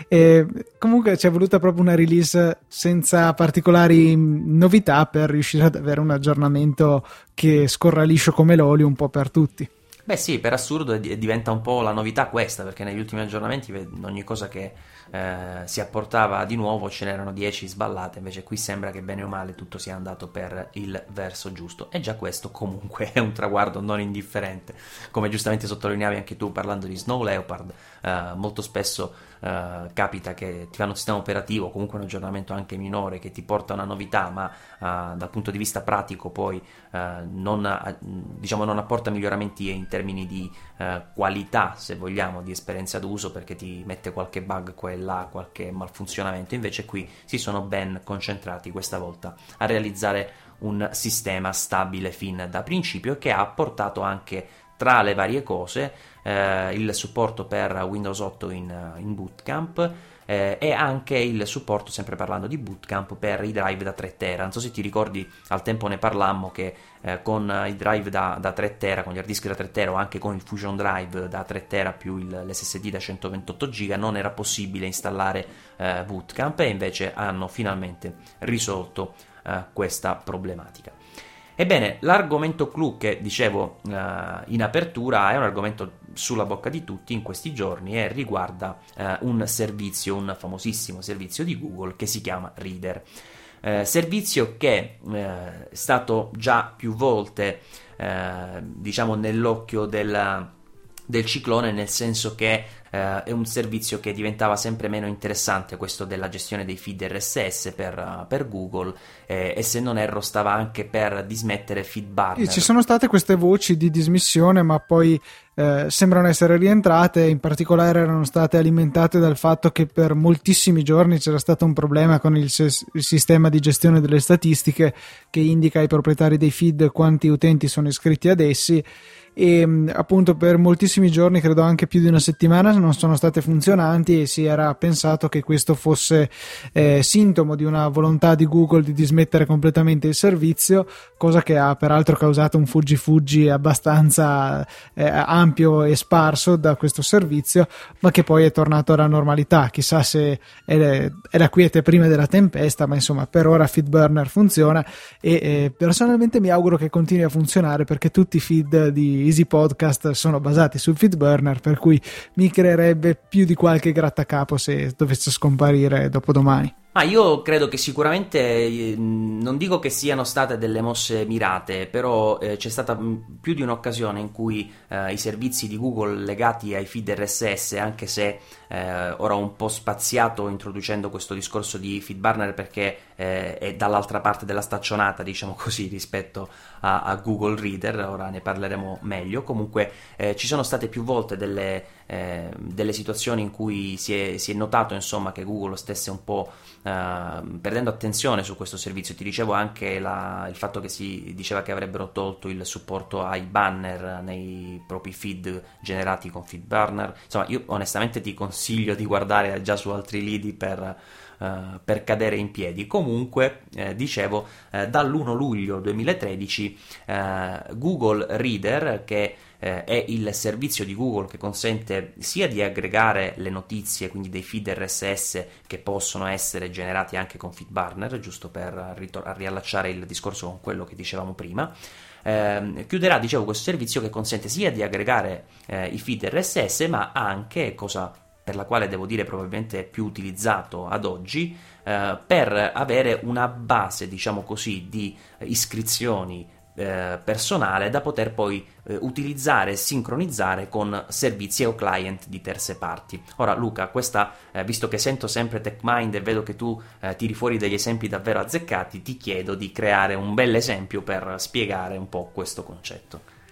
E comunque ci è voluta proprio una release senza particolari novità per riuscire ad avere un aggiornamento che scorra liscio come l'olio un po' per tutti. Beh sì, per assurdo diventa un po' la novità questa, perché negli ultimi aggiornamenti ogni cosa che eh, si apportava di nuovo ce n'erano dieci sballate, invece qui sembra che bene o male tutto sia andato per il verso giusto, e già questo comunque è un traguardo non indifferente. Come giustamente sottolineavi anche tu parlando di Snow Leopard, eh, molto spesso eh, capita che ti fanno un sistema operativo, comunque un aggiornamento anche minore che ti porta una novità, ma eh, dal punto di vista pratico poi eh, non, diciamo, non apporta miglioramenti in termini di eh, qualità, se vogliamo, di esperienza d'uso, perché ti mette qualche bug qua e là, qualche malfunzionamento. Invece qui si sono ben concentrati questa volta a realizzare un sistema stabile fin da principio, che ha portato anche, tra le varie cose, eh, il supporto per Windows otto in, in Bootcamp, eh, e anche il supporto, sempre parlando di Bootcamp, per i drive da tre tera. Non so se ti ricordi, al tempo ne parlammo che eh, con i drive da, da tre tera, con gli hard disk da tre tera o anche con il Fusion Drive da tre tera più il, l'S S D da centoventotto giga non era possibile installare eh, Bootcamp, e invece hanno finalmente risolto eh, questa problematica. Ebbene, l'argomento clou che dicevo uh, in apertura è un argomento sulla bocca di tutti in questi giorni e riguarda uh, un servizio, un famosissimo servizio di Google che si chiama Reader. Uh, servizio che uh, è stato già più volte uh, diciamo nell'occhio del, del ciclone, nel senso che Uh, è un servizio che diventava sempre meno interessante, questo della gestione dei feed R S S per, uh, per Google, eh, e se non erro stava anche per dismettere FeedBurner. E ci sono state queste voci di dismissione, ma poi eh, sembrano essere rientrate. In particolare erano state alimentate dal fatto che per moltissimi giorni c'era stato un problema con il, ses- il sistema di gestione delle statistiche che indica ai proprietari dei feed quanti utenti sono iscritti ad essi, e appunto per moltissimi giorni, credo anche più di una settimana, non sono state funzionanti, e si era pensato che questo fosse eh, sintomo di una volontà di Google di dismettere completamente il servizio, cosa che ha peraltro causato un fuggi-fuggi abbastanza eh, ampio e sparso da questo servizio, ma che poi è tornato alla normalità. Chissà se è, è la quiete prima della tempesta, ma insomma per ora FeedBurner funziona, e eh, personalmente mi auguro che continui a funzionare, perché tutti i feed di Easy Podcast sono basati sul FeedBurner, per cui mi creerebbe più di qualche grattacapo se dovesse scomparire dopodomani. Ma io credo che sicuramente, non dico che siano state delle mosse mirate, però eh, c'è stata più di un'occasione in cui eh, i servizi di Google legati ai feed R S S, anche se eh, ora ho un po' spaziato introducendo questo discorso di FeedBurner perché eh, è dall'altra parte della staccionata, diciamo così, rispetto a, a Google Reader, ora ne parleremo meglio. Comunque eh, ci sono state più volte delle, eh, delle situazioni in cui si è, si è notato insomma che Google stesse un po' Uh, perdendo attenzione su questo servizio. Ti dicevo anche la, il fatto che si diceva che avrebbero tolto il supporto ai banner nei propri feed generati con FeedBurner. Insomma, io onestamente ti consiglio di guardare già su altri lidi per, uh, per cadere in piedi. Comunque, eh, dicevo, eh, dall'primo luglio duemilatredici eh, Google Reader, che Eh, è il servizio di Google che consente sia di aggregare le notizie, quindi dei feed R S S che possono essere generati anche con FeedBurner, giusto per ritor- riallacciare il discorso con quello che dicevamo prima. Eh, chiuderà, dicevo, questo servizio che consente sia di aggregare eh, i feed R S S, ma anche, cosa per la quale devo dire probabilmente più utilizzato ad oggi, eh, per avere una base, diciamo così, di iscrizioni Eh, personale da poter poi eh, utilizzare e sincronizzare con servizi o client di terze parti. Ora Luca, questa, eh, visto che sento sempre TechMind e vedo che tu eh, tiri fuori degli esempi davvero azzeccati, ti chiedo di creare un bel esempio per spiegare un po' questo concetto.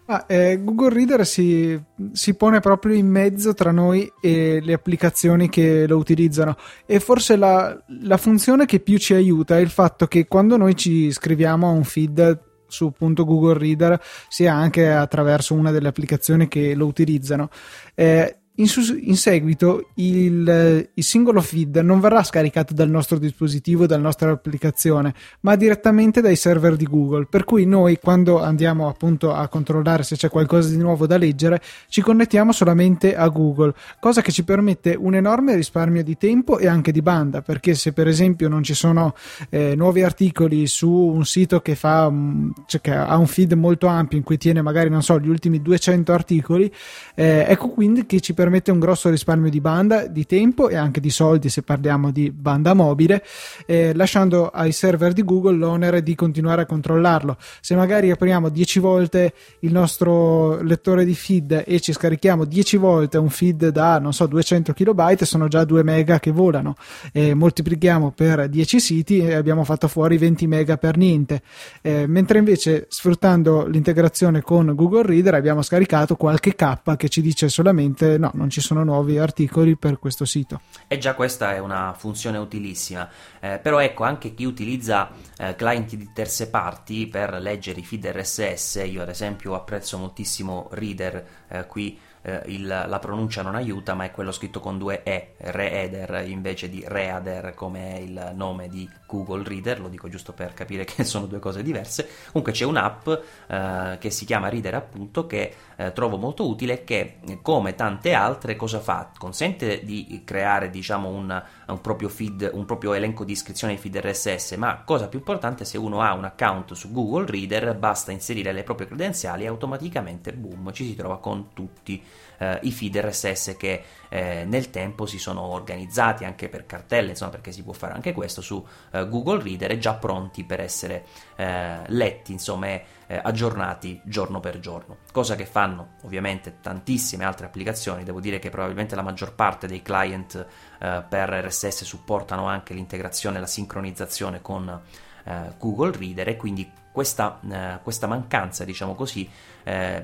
Ah, eh, Google Reader si, si pone proprio in mezzo tra noi e le applicazioni che lo utilizzano, e forse la, la funzione che più ci aiuta è il fatto che quando noi ci iscriviamo a un feed su appunto Google Reader, sia anche attraverso una delle applicazioni che lo utilizzano, eh, In, su- in seguito il, il singolo feed non verrà scaricato dal nostro dispositivo, dalla nostra applicazione, ma direttamente dai server di Google, per cui noi quando andiamo appunto a controllare se c'è qualcosa di nuovo da leggere ci connettiamo solamente a Google, cosa che ci permette un enorme risparmio di tempo e anche di banda, perché se per esempio non ci sono eh, nuovi articoli su un sito che fa cioè che ha un feed molto ampio in cui tiene magari non so gli ultimi duecento articoli, eh, ecco quindi che ci permette permette un grosso risparmio di banda, di tempo e anche di soldi se parliamo di banda mobile, eh, lasciando ai server di Google l'onere di continuare a controllarlo. Se magari apriamo dieci volte il nostro lettore di feed e ci scarichiamo dieci volte un feed da non so duecento kilobyte, sono già due mega che volano, e moltiplichiamo per dieci siti e abbiamo fatto fuori venti mega per niente, eh, mentre invece sfruttando l'integrazione con Google Reader abbiamo scaricato qualche K che ci dice solamente no, non ci sono nuovi articoli per questo sito. E già questa è una funzione utilissima, eh, però ecco, anche chi utilizza eh, client di terze parti per leggere i feed R S S, io ad esempio apprezzo moltissimo Reader, eh, qui eh, il, la pronuncia non aiuta, ma è quello scritto con due E, Reader invece di Reader come è il nome di Google Reader, lo dico giusto per capire che sono due cose diverse. Comunque c'è un'app eh, che si chiama Reader appunto, che eh, trovo molto utile, che come tante altre cosa fa? Consente di creare diciamo un, un proprio feed, un proprio elenco di iscrizione ai feed R S S, ma cosa più importante, se uno ha un account su Google Reader basta inserire le proprie credenziali e automaticamente boom, ci si trova con tutti eh, i feed R S S che eh, nel tempo si sono organizzati anche per cartelle, insomma, perché si può fare anche questo su eh, Google Reader, e già pronti per essere eh, letti, insomma, e eh, aggiornati giorno per giorno, cosa che fanno ovviamente tantissime altre applicazioni. Devo dire che probabilmente la maggior parte dei client eh, per R S S supportano anche l'integrazione e la sincronizzazione con eh, Google Reader, e quindi questa, eh, questa mancanza, diciamo così, eh,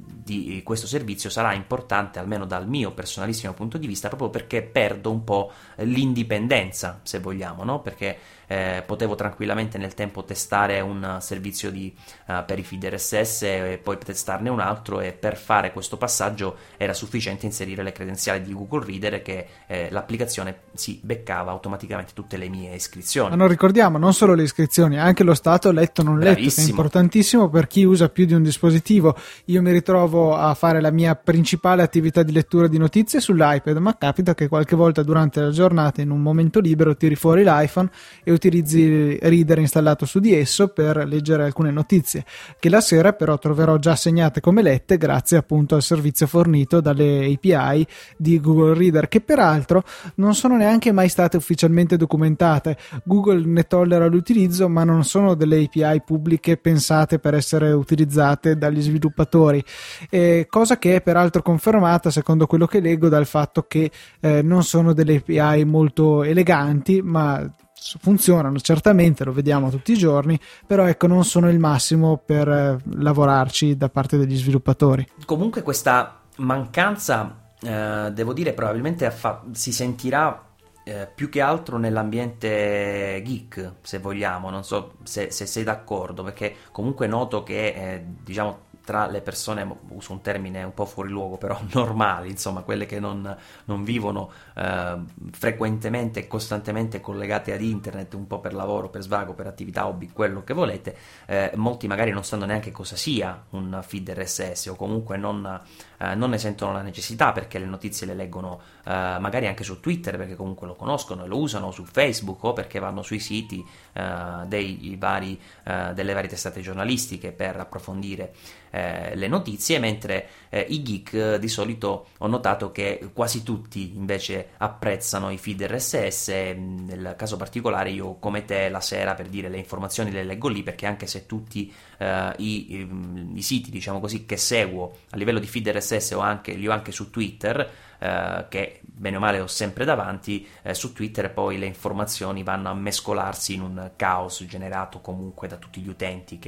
di questo servizio sarà importante, almeno dal mio personalissimo punto di vista, proprio perché perdo un po' l'indipendenza, se vogliamo, no? Perché eh, potevo tranquillamente nel tempo testare un servizio di, uh, per i feed R S S e poi testarne un altro, e per fare questo passaggio era sufficiente inserire le credenziali di Google Reader, che eh, l'applicazione si beccava automaticamente tutte le mie iscrizioni. Ma non ricordiamo, non solo le iscrizioni, anche lo stato letto non letto, che è importantissimo per chi usa più di un dispositivo. Io mi ritrovo a fare la mia principale attività di lettura di notizie sull'iPad, ma capita che qualche volta durante la giornata, in un momento libero, tiri fuori l'iPhone e utilizzi Reader installato su di esso per leggere alcune notizie, che la sera però troverò già segnate come lette grazie appunto al servizio fornito dalle A P I di Google Reader, che peraltro non sono neanche mai state ufficialmente documentate. Google ne tollera l'utilizzo, ma non sono delle A P I pubbliche pensate per essere utilizzate dagli sviluppatori, eh, cosa che è peraltro confermata, secondo quello che leggo, dal fatto che eh, non sono delle A P I molto eleganti, ma funzionano certamente, lo vediamo tutti i giorni, però ecco, non sono il massimo per eh, lavorarci da parte degli sviluppatori. Comunque questa mancanza eh, devo dire probabilmente affa- si sentirà eh, più che altro nell'ambiente geek, se vogliamo, non so se, se sei d'accordo, perché comunque noto che eh, diciamo tra le persone, uso un termine un po' fuori luogo, però normali, insomma, quelle che non, non vivono eh, frequentemente e costantemente collegate ad internet, un po' per lavoro, per svago, per attività, hobby, quello che volete, eh, molti magari non sanno neanche cosa sia un feed R S S, o comunque non, eh, non ne sentono la necessità, perché le notizie le leggono eh, magari anche su Twitter, perché comunque lo conoscono e lo usano, su Facebook, o perché vanno sui siti eh, dei vari, eh, delle varie testate giornalistiche per approfondire Eh, le notizie, mentre eh, i geek eh, di solito ho notato che quasi tutti invece apprezzano i feed R S S. Nel caso particolare io, come te, la sera, per dire, le informazioni le leggo lì, perché anche se tutti eh, i, i, i siti, diciamo così, che seguo a livello di feed R S S ho anche, li ho anche su Twitter, eh, che bene o male ho sempre davanti, eh, su Twitter poi le informazioni vanno a mescolarsi in un caos generato comunque da tutti gli utenti che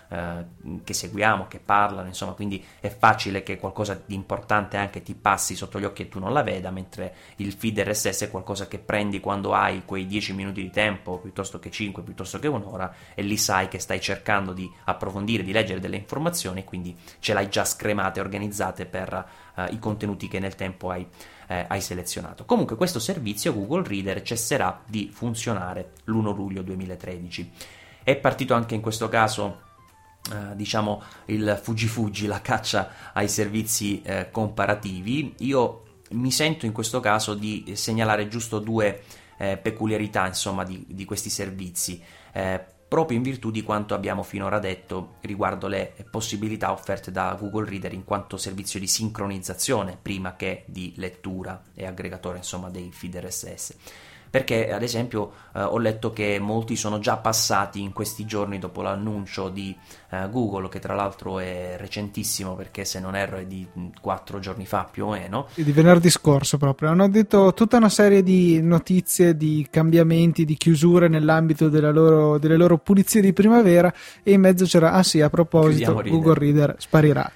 eh, che seguiamo, che parlano, insomma, quindi è facile che qualcosa di importante anche ti passi sotto gli occhi e tu non la veda, mentre il feed R S S è qualcosa che prendi quando hai quei dieci minuti di tempo, piuttosto che cinque, piuttosto che un'ora, e lì sai che stai cercando di approfondire, di leggere delle informazioni, e quindi ce l'hai già scremate, organizzate per uh, i contenuti che nel tempo hai, eh, hai selezionato. Comunque questo servizio Google Reader cesserà di funzionare l'primo luglio duemilatredici. È partito anche in questo caso Uh, diciamo il fuggi-fuggi, la caccia ai servizi uh, comparativi. Io mi sento in questo caso di segnalare giusto due uh, peculiarità, insomma, di, di questi servizi, uh, proprio in virtù di quanto abbiamo finora detto riguardo le possibilità offerte da Google Reader in quanto servizio di sincronizzazione prima che di lettura e aggregatore, insomma, dei feed R S S. Perché ad esempio eh, ho letto che molti sono già passati in questi giorni dopo l'annuncio di eh, Google, che tra l'altro è recentissimo, perché se non erro è di quattro giorni fa più o meno, di venerdì scorso proprio, hanno detto tutta una serie di notizie, di cambiamenti, di chiusure nell'ambito della loro, delle loro pulizie di primavera, e in mezzo c'era, ah sì, a proposito, Reader. Google Reader sparirà.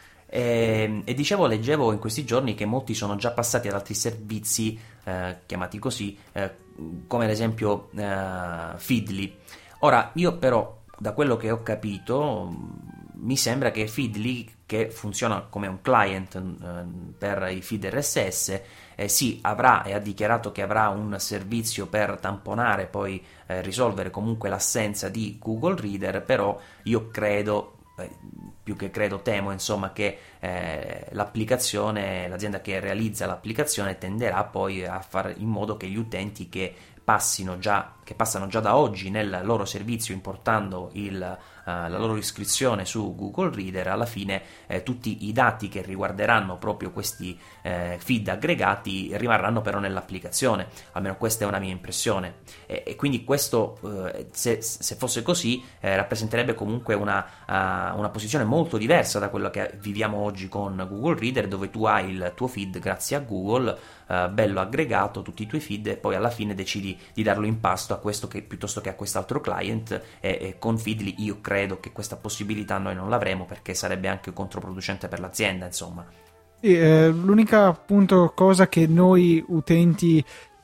E, e dicevo, leggevo in questi giorni che molti sono già passati ad altri servizi eh, chiamati così, eh, come ad esempio eh, Feedly. Ora, io però, da quello che ho capito, mi sembra che Feedly, che funziona come un client eh, per i feed R S S, eh, sì, avrà e ha dichiarato che avrà un servizio per tamponare, poi eh, risolvere comunque l'assenza di Google Reader, però io credo, più che credo, temo, insomma, che eh, l'applicazione, l'azienda che realizza l'applicazione tenderà poi a fare in modo che gli utenti che passino già, che passano già da oggi nel loro servizio importando il, uh, la loro iscrizione su Google Reader, alla fine eh, tutti i dati che riguarderanno proprio questi eh, feed aggregati rimarranno però nell'applicazione, almeno questa è una mia impressione, e, e quindi questo, eh, se, se fosse così, eh, rappresenterebbe comunque una, uh, una posizione molto diversa da quella che viviamo oggi con Google Reader, dove tu hai il tuo feed grazie a Google, uh, bello aggregato, tutti i tuoi feed, e poi alla fine decidi di darlo in pasto a questo che, piuttosto che a quest'altro client, e, e con Feedly io credo che questa possibilità noi non l'avremo, perché sarebbe anche controproducente per l'azienda, insomma. Sì, eh, l'unica appunto cosa che noi utenti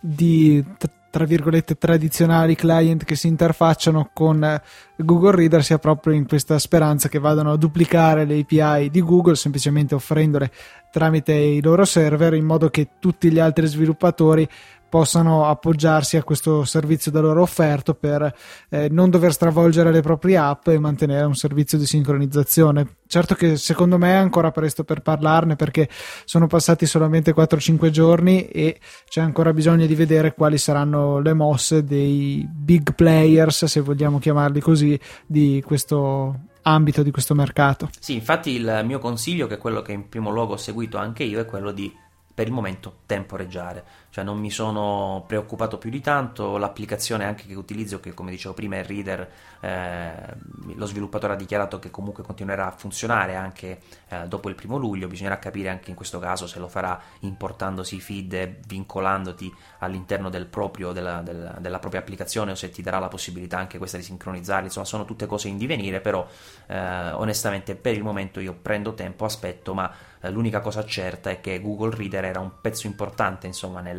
di tra virgolette tradizionali client che si interfacciano con Google Reader sia proprio in questa speranza che vadano a duplicare le A P I di Google, semplicemente offrendole tramite i loro server, in modo che tutti gli altri sviluppatori possano appoggiarsi a questo servizio da loro offerto per eh, non dover stravolgere le proprie app e mantenere un servizio di sincronizzazione. Certo che secondo me è ancora presto per parlarne, perché sono passati solamente quattro cinque giorni e c'è ancora bisogno di vedere quali saranno le mosse dei big players, se vogliamo chiamarli così, di questo ambito, di questo mercato. Sì, infatti il mio consiglio, che è quello che in primo luogo ho seguito anche io, è quello di, per il momento, temporeggiare. Cioè non mi sono preoccupato più di tanto. L'applicazione anche che utilizzo, che come dicevo prima è Reader, eh, lo sviluppatore ha dichiarato che comunque continuerà a funzionare anche eh, dopo il primo luglio. Bisognerà capire anche in questo caso se lo farà importandosi i feed e vincolandoti all'interno del proprio, della, della, della propria applicazione, o se ti darà la possibilità anche questa di sincronizzarli. Insomma, sono tutte cose in divenire, però eh, onestamente per il momento io prendo tempo, aspetto, ma eh, l'unica cosa certa è che Google Reader era un pezzo importante, insomma, nella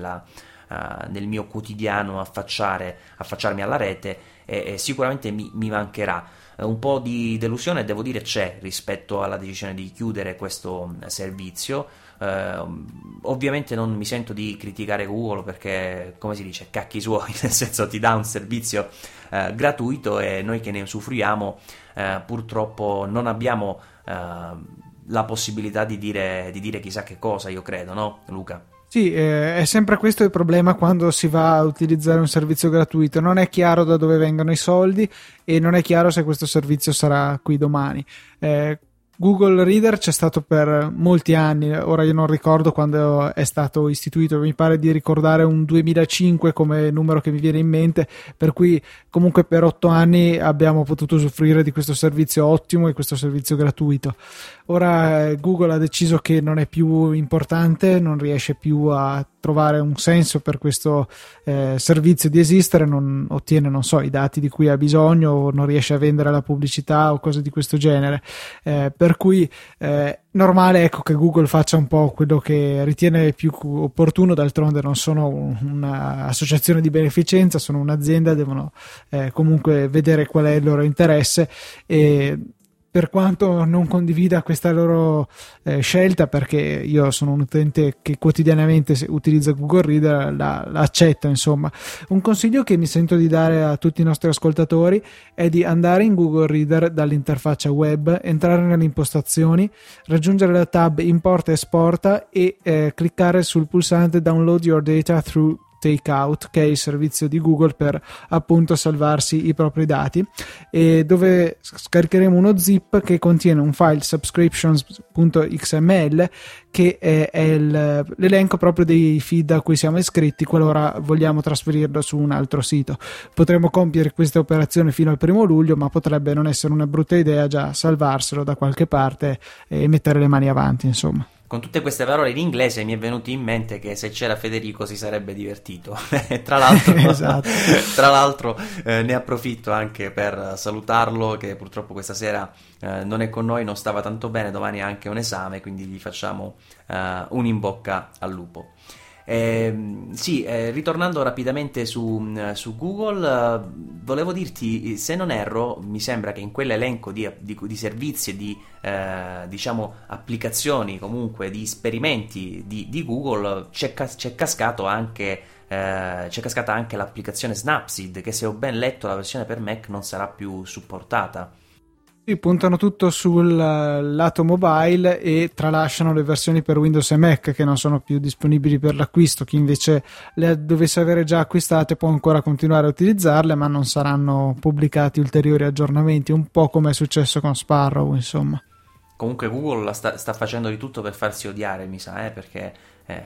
Uh, nel mio quotidiano affacciare, affacciarmi alla rete, e, e sicuramente mi, mi mancherà. Uh, un po' di delusione, devo dire, c'è rispetto alla decisione di chiudere questo servizio. Uh, ovviamente non mi sento di criticare Google, perché, come si dice, cacchi suoi, nel senso, ti dà un servizio uh, gratuito, e noi che ne usufruiamo uh, purtroppo non abbiamo uh, la possibilità di dire, di dire chissà che cosa, io credo, no, Luca? Sì, eh, è sempre questo il problema quando si va a utilizzare un servizio gratuito: non è chiaro da dove vengono i soldi e non è chiaro se questo servizio sarà qui domani. eh, Google Reader c'è stato per molti anni, ora io non ricordo quando è stato istituito, mi pare di ricordare un duemilacinque come numero che mi viene in mente, per cui comunque per otto anni abbiamo potuto usufruire di questo servizio ottimo e questo servizio gratuito. ora Google ha deciso che non è più importante, non riesce più a trovare un senso per questo eh, servizio di esistere, non ottiene, non so, i dati di cui ha bisogno, o non riesce a vendere la pubblicità o cose di questo genere, eh, per cui eh, normale, ecco, che Google faccia un po' quello che ritiene più opportuno. D'altronde non sono un'associazione di beneficenza, sono un'azienda, devono eh, comunque vedere qual è il loro interesse, e per quanto non condivida questa loro eh, scelta, perché io sono un utente che quotidianamente utilizza Google Reader, la, la accetto, insomma. Un consiglio che mi sento di dare a tutti i nostri ascoltatori è di andare in Google Reader dall'interfaccia web, entrare nelle impostazioni, raggiungere la tab Importa e Esporta e eh, cliccare sul pulsante Download Your Data Through Takeout, che è il servizio di Google per appunto salvarsi i propri dati, e dove scaricheremo uno zip che contiene un file subscriptions.xml che è, è il, l'elenco proprio dei feed a cui siamo iscritti qualora vogliamo trasferirlo su un altro sito. Potremo compiere questa operazione fino al primo luglio, ma potrebbe non essere una brutta idea già salvarselo da qualche parte e mettere le mani avanti, insomma. Con tutte queste parole in inglese mi è venuto in mente che se c'era Federico si sarebbe divertito. Tra l'altro, esatto. tra l'altro eh, ne approfitto anche per salutarlo, che purtroppo questa sera eh, non è con noi, non stava tanto bene, domani ha anche un esame, quindi gli facciamo eh, un in bocca al lupo. Eh, sì, eh, ritornando rapidamente su, su Google, eh, volevo dirti, se non erro, mi sembra che in quell'elenco di, di, di servizi e di eh, diciamo applicazioni, comunque di esperimenti di, di Google, c'è, c'è cascato anche eh, c'è cascata anche l'applicazione Snapseed, che se ho ben letto la versione per Mac non sarà più supportata. Sì, puntano tutto sul lato mobile e tralasciano le versioni per Windows e Mac, che non sono più disponibili per l'acquisto. Chi invece le dovesse avere già acquistate può ancora continuare a utilizzarle, ma non saranno pubblicati ulteriori aggiornamenti, un po' come è successo con Sparrow, insomma. Comunque Google la sta, sta facendo di tutto per farsi odiare, mi sa, eh, perché eh,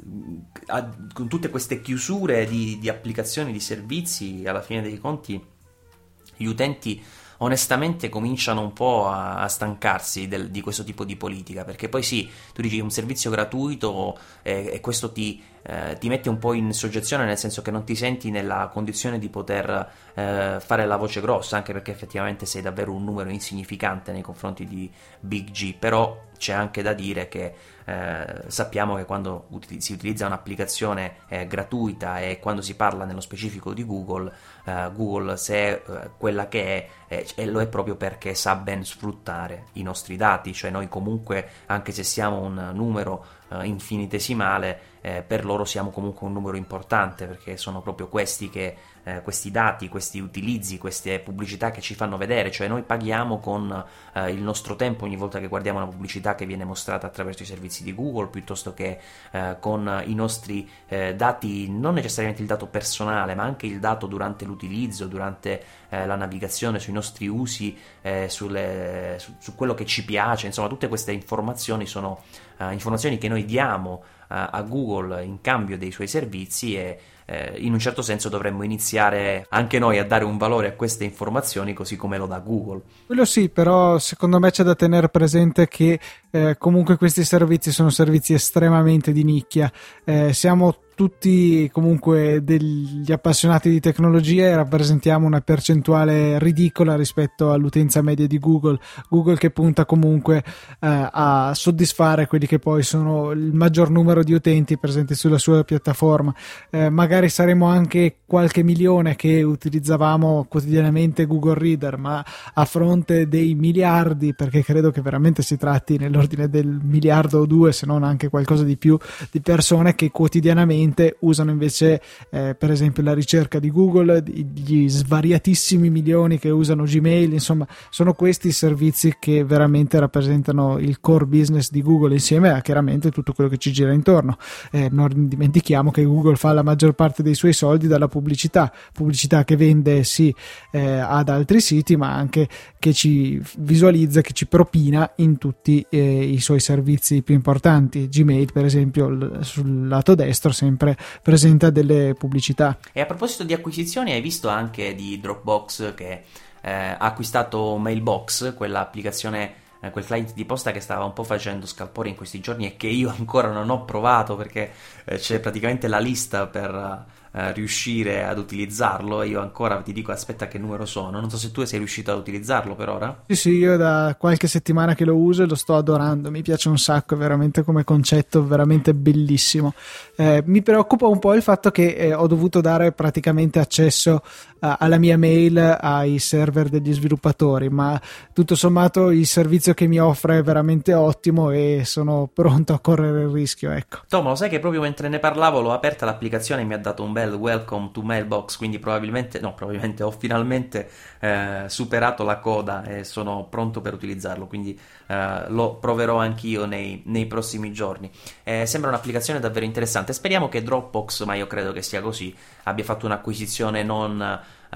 ha, con tutte queste chiusure di, di applicazioni, di servizi, alla fine dei conti gli utenti onestamente cominciano un po' a, a stancarsi del, di questo tipo di politica, perché poi sì, tu dici un servizio gratuito e, e questo ti, eh, ti mette un po' in soggezione, nel senso che non ti senti nella condizione di poter eh, fare la voce grossa, anche perché effettivamente sei davvero un numero insignificante nei confronti di Big G. Però c'è anche da dire che eh, sappiamo che quando uti- si utilizza un'applicazione eh, gratuita, e quando si parla nello specifico di Google, eh, Google se eh, quella che è, eh, e lo è proprio perché sa ben sfruttare i nostri dati, cioè noi comunque, anche se siamo un numero eh, infinitesimale, eh, per loro siamo comunque un numero importante, perché sono proprio questi che eh, questi dati, questi utilizzi, queste pubblicità che ci fanno vedere, cioè noi paghiamo con eh, il nostro tempo ogni volta che guardiamo una pubblicità che viene mostrata attraverso i servizi di Google, piuttosto che eh, con i nostri eh, dati, non necessariamente il dato personale, ma anche il dato durante l'utilizzo, durante eh, la navigazione, sui nostri usi, eh, sulle, su, su quello che ci piace. Insomma, tutte queste informazioni sono eh, informazioni che noi diamo eh, a Google in cambio dei suoi servizi, e eh, in un certo senso dovremmo iniziare anche noi a dare un valore a queste informazioni, così come lo dà Google. Quello sì, però secondo me c'è da tenere presente che eh, comunque questi servizi sono servizi estremamente di nicchia. Eh, siamo tutti comunque degli appassionati di tecnologia e rappresentiamo una percentuale ridicola rispetto all'utenza media di Google. Google che punta comunque eh, a soddisfare quelli che poi sono il maggior numero di utenti presenti sulla sua piattaforma. Eh, magari saremo anche qualche milione che utilizzavamo quotidianamente Google Reader, ma a fronte dei miliardi, perché credo che veramente si tratti nell'ordine del miliardo o due, se non anche qualcosa di più, di persone che quotidianamente usano invece eh, per esempio la ricerca di Google, gli svariatissimi milioni che usano Gmail. Insomma, sono questi i servizi che veramente rappresentano il core business di Google, insieme a chiaramente tutto quello che ci gira intorno. Eh, non dimentichiamo che Google fa la maggior parte dei suoi soldi dalla pubblicità pubblicità che vende sì eh, ad altri siti, ma anche che ci visualizza, che ci propina in tutti eh, i suoi servizi più importanti. Gmail, per esempio, l- sul lato destro sempre presenta delle pubblicità. E a proposito di acquisizioni, hai visto anche di Dropbox che eh, ha acquistato Mailbox, quell'applicazione eh, quel client di posta che stava un po' facendo scalpore in questi giorni e che io ancora non ho provato, perché eh, c'è praticamente la lista per eh, riuscire ad utilizzarlo, e io ancora ti dico aspetta che numero sono, non so se tu sei riuscito ad utilizzarlo per ora. Sì, sì, io da qualche settimana che lo uso e lo sto adorando, mi piace un sacco, è veramente come concetto, veramente bellissimo. Eh, mi preoccupa un po' il fatto che eh, ho dovuto dare praticamente accesso uh, alla mia mail ai server degli sviluppatori, ma tutto sommato il servizio che mi offre è veramente ottimo e sono pronto a correre il rischio, ecco. Tom, lo sai che proprio mentre ne parlavo l'ho aperta l'applicazione e mi ha dato un bel welcome to mailbox, quindi probabilmente, no, probabilmente ho finalmente eh, superato la coda e sono pronto per utilizzarlo, quindi eh, lo proverò anch'io nei, nei prossimi giorni. Eh, sembra un'applicazione davvero interessante, speriamo che Dropbox, ma io credo che sia così, abbia fatto un'acquisizione non...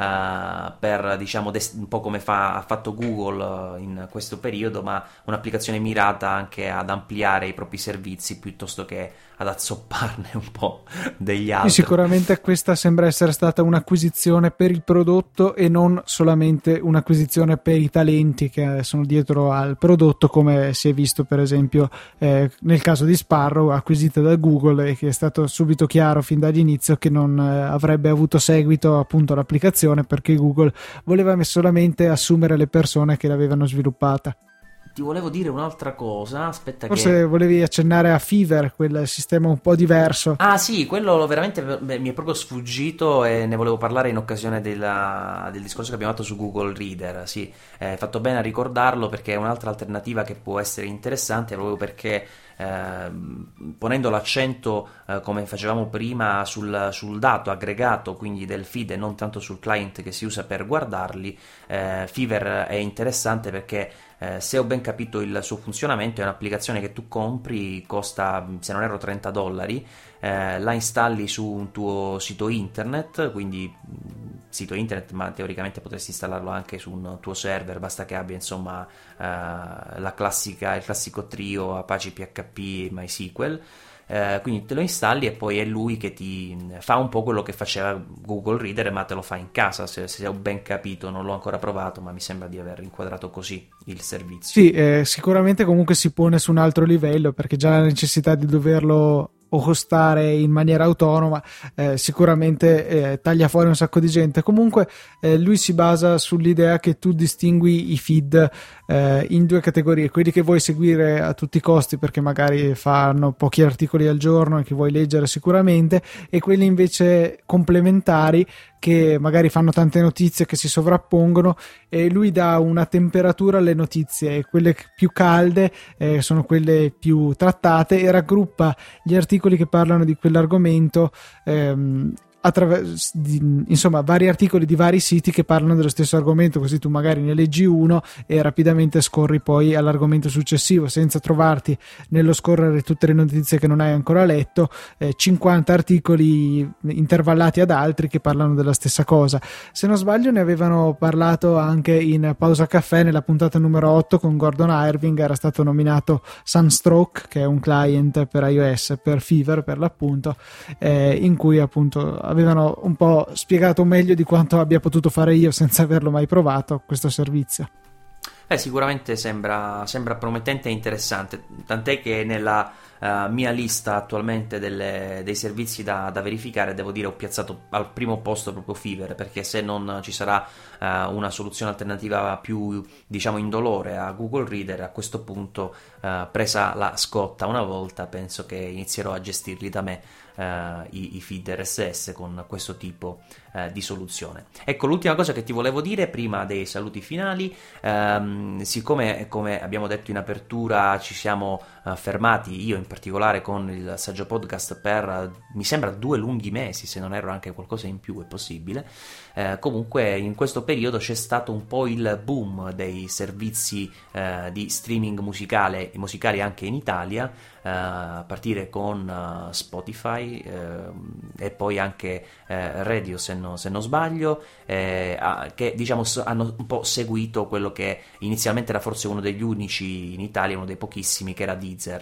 Uh, per diciamo des- un po' come fa, ha fatto Google uh, in questo periodo, ma un'applicazione mirata anche ad ampliare i propri servizi piuttosto che ad azzopparne un po' degli altri. Sì, sicuramente questa sembra essere stata un'acquisizione per il prodotto e non solamente un'acquisizione per i talenti che sono dietro al prodotto, come si è visto per esempio eh, nel caso di Sparrow, acquisita da Google, e che è stato subito chiaro fin dall'inizio che non eh, avrebbe avuto seguito appunto l'applicazione, perché Google voleva solamente assumere le persone che l'avevano sviluppata. Ti volevo dire un'altra cosa, aspetta. Forse che... volevi accennare a Fiverr, quel sistema un po' diverso. Ah sì, quello veramente beh, mi è proprio sfuggito e ne volevo parlare in occasione della, del discorso che abbiamo fatto su Google Reader. Sì, hai fatto bene a ricordarlo, perché è un'altra alternativa che può essere interessante, proprio perché eh, ponendo l'accento eh, come facevamo prima sul, sul dato aggregato, quindi del feed, e non tanto sul client che si usa per guardarli, eh, Fiverr è interessante perché Eh, se ho ben capito il suo funzionamento, è un'applicazione che tu compri, costa, se non erro, trenta dollari, eh, la installi su un tuo sito internet, quindi mh, sito internet, ma teoricamente potresti installarlo anche su un tuo server, basta che abbia insomma eh, la classica, il classico trio Apache P H P MySQL. Eh, quindi te lo installi e poi è lui che ti fa un po' quello che faceva Google Reader, ma te lo fa in casa, se, se ho ben capito. Non l'ho ancora provato, ma mi sembra di aver inquadrato così il servizio. Sì, eh, sicuramente comunque si pone su un altro livello, perché già la necessità di doverlo hostare in maniera autonoma eh, sicuramente eh, taglia fuori un sacco di gente. Comunque eh, lui si basa sull'idea che tu distingui i feed eh, in due categorie: quelli che vuoi seguire a tutti i costi perché magari fanno pochi articoli al giorno e che vuoi leggere sicuramente, e quelli invece complementari che magari fanno tante notizie che si sovrappongono, e lui dà una temperatura alle notizie, e quelle più calde eh, sono quelle più trattate, e raggruppa gli articoli che parlano di quell'argomento ehm, attraverso di, insomma vari articoli di vari siti che parlano dello stesso argomento, così tu magari ne leggi uno e rapidamente scorri poi all'argomento successivo senza trovarti nello scorrere tutte le notizie che non hai ancora letto eh, cinquanta articoli intervallati ad altri che parlano della stessa cosa. Se non sbaglio ne avevano parlato anche in Pausa Caffè nella puntata numero otto con Gordon Irving, era stato nominato Sunstroke, che è un client per iOS, per Fiverr per l'appunto, eh, in cui appunto avevano un po' spiegato meglio di quanto abbia potuto fare io senza averlo mai provato questo servizio. Eh, sicuramente sembra, sembra promettente e interessante, tant'è che nella uh, mia lista attualmente delle, dei servizi da, da verificare, devo dire, ho piazzato al primo posto proprio Fiverr, perché se non ci sarà uh, una soluzione alternativa più, diciamo, indolore a Google Reader, a questo punto, uh, presa la scotta una volta, penso che inizierò a gestirli da me. Uh, i, i feed R S S con questo tipo uh, di soluzione. Ecco, l'ultima cosa che ti volevo dire prima dei saluti finali, um, siccome, come abbiamo detto in apertura, ci siamo uh, fermati, io in particolare con il Saggio Podcast, per uh, mi sembra due lunghi mesi, se non erro anche qualcosa in più è possibile. Uh, comunque in questo periodo c'è stato un po' il boom dei servizi uh, di streaming musicale e musicali anche in Italia, uh, a partire con uh, Spotify eh, e poi anche eh, Radio, se, no, se non sbaglio, eh, che diciamo hanno un po' seguito quello che inizialmente era forse uno degli unici in Italia, uno dei pochissimi, che era Deezer.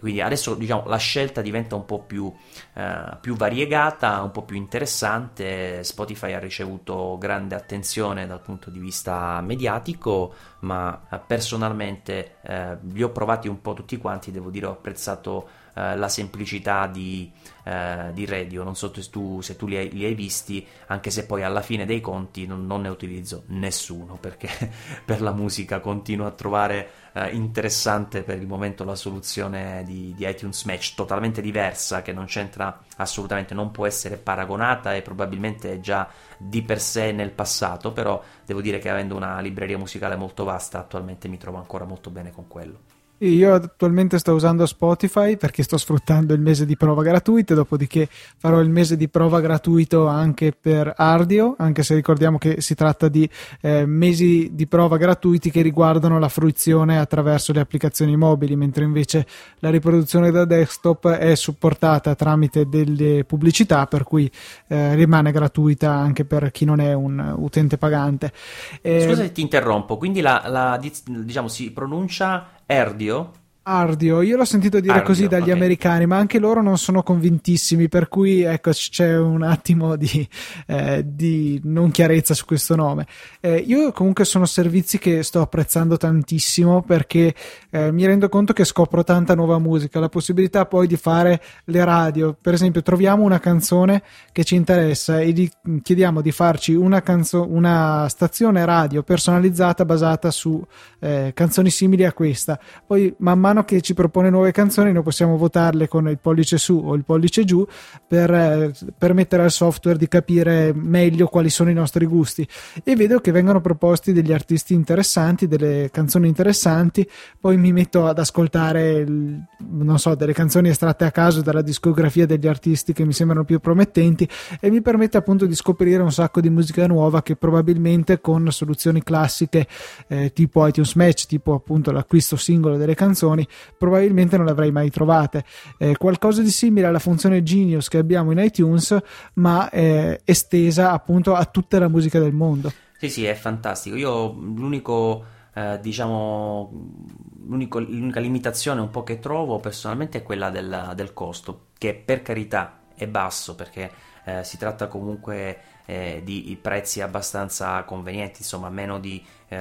quindi adesso diciamo la scelta diventa un po' più, eh, più variegata, un po' più interessante. Spotify ha ricevuto grande attenzione dal punto di vista mediatico, ma eh, personalmente eh, li ho provati un po' tutti quanti, devo dire ho apprezzato eh, la semplicità di, eh, di Radio. Non so se tu, se tu li, hai, li hai visti, anche se poi alla fine dei conti non, non ne utilizzo nessuno, perché per la musica continuo a trovare eh, interessante per il momento la soluzione di, di iTunes Match, totalmente diversa, che non c'entra assolutamente, non può essere paragonata e probabilmente è già di per sé nel passato, però devo dire che avendo una libreria musicale molto vasta attualmente mi trovo ancora molto bene con quello. Io attualmente sto usando Spotify perché sto sfruttando il mese di prova gratuito, dopodiché farò il mese di prova gratuito anche per Ardio, anche se ricordiamo che si tratta di eh, mesi di prova gratuiti che riguardano la fruizione attraverso le applicazioni mobili, mentre invece la riproduzione da desktop è supportata tramite delle pubblicità, per cui eh, rimane gratuita anche per chi non è un utente pagante. Eh, Scusa se ti interrompo, quindi la, la diciamo si pronuncia Ardio? Ardio, io l'ho sentito dire Ardio, così dagli okay. americani, ma anche loro non sono convintissimi, per cui ecco c'è un attimo di, eh, di non chiarezza su questo nome. Eh, io comunque sono servizi che sto apprezzando tantissimo perché eh, mi rendo conto che scopro tanta nuova musica, la possibilità poi di fare le radio, per esempio troviamo una canzone che ci interessa e gli chiediamo di farci una, canzo- una stazione radio personalizzata basata su eh, canzoni simili a questa, poi man mano che ci propone nuove canzoni noi possiamo votarle con il pollice su o il pollice giù per eh, permettere al software di capire meglio quali sono i nostri gusti, e vedo che vengono proposti degli artisti interessanti, delle canzoni interessanti, poi mi metto ad ascoltare il, non so, delle canzoni estratte a caso dalla discografia degli artisti che mi sembrano più promettenti, e mi permette appunto di scoprire un sacco di musica nuova che probabilmente con soluzioni classiche eh, tipo iTunes Match, tipo appunto l'acquisto singolo delle canzoni, probabilmente non le avrei mai trovate. Eh, qualcosa di simile alla funzione Genius che abbiamo in iTunes, ma eh, estesa appunto a tutta la musica del mondo. Sì, sì, è fantastico. Io l'unico, eh, diciamo, l'unico, l'unica limitazione un po' che trovo personalmente è quella del, del costo, che per carità è basso, perché eh, si tratta comunque eh, di prezzi abbastanza convenienti, insomma meno di eh,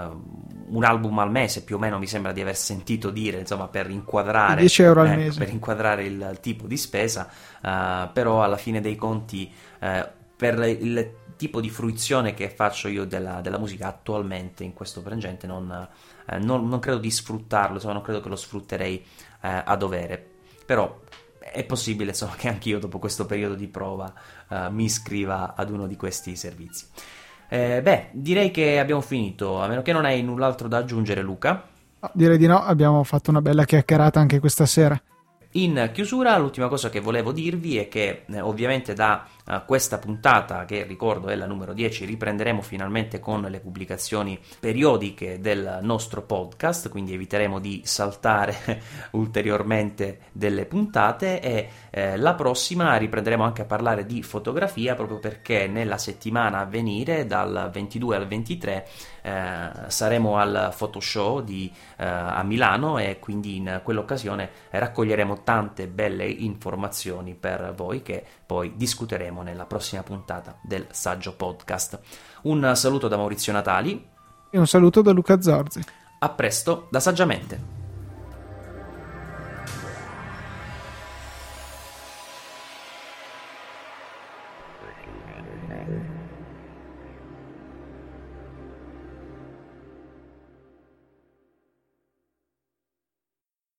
un album al mese più o meno, mi sembra di aver sentito dire, insomma, per inquadrare dieci euro al eh, mese per inquadrare il, il tipo di spesa, eh, però alla fine dei conti eh, per il tipo di fruizione che faccio io della, della musica attualmente in questo frangente non, eh, non, non credo di sfruttarlo, insomma non credo che lo sfrutterei eh, a dovere, però è possibile insomma che anch'io dopo questo periodo di prova uh, mi iscriva ad uno di questi servizi. Eh, beh, direi che abbiamo finito, a meno che non hai null'altro da aggiungere, Luca. No, direi di no, abbiamo fatto una bella chiacchierata anche questa sera. In chiusura, l'ultima cosa che volevo dirvi è che eh, ovviamente da uh, questa puntata, che ricordo è la numero dieci, riprenderemo finalmente con le pubblicazioni periodiche del nostro podcast, quindi eviteremo di saltare ulteriormente delle puntate, e eh, la prossima riprenderemo anche a parlare di fotografia, proprio perché nella settimana a venire, dal ventidue al ventitré, eh, saremo al Photoshow di, eh, a Milano, e quindi in quell'occasione raccoglieremo tante belle informazioni per voi che poi discuteremo nella prossima puntata del Saggio Podcast. Un saluto da Maurizio Natali e un saluto da Luca Zorzi. A presto da Saggiamente.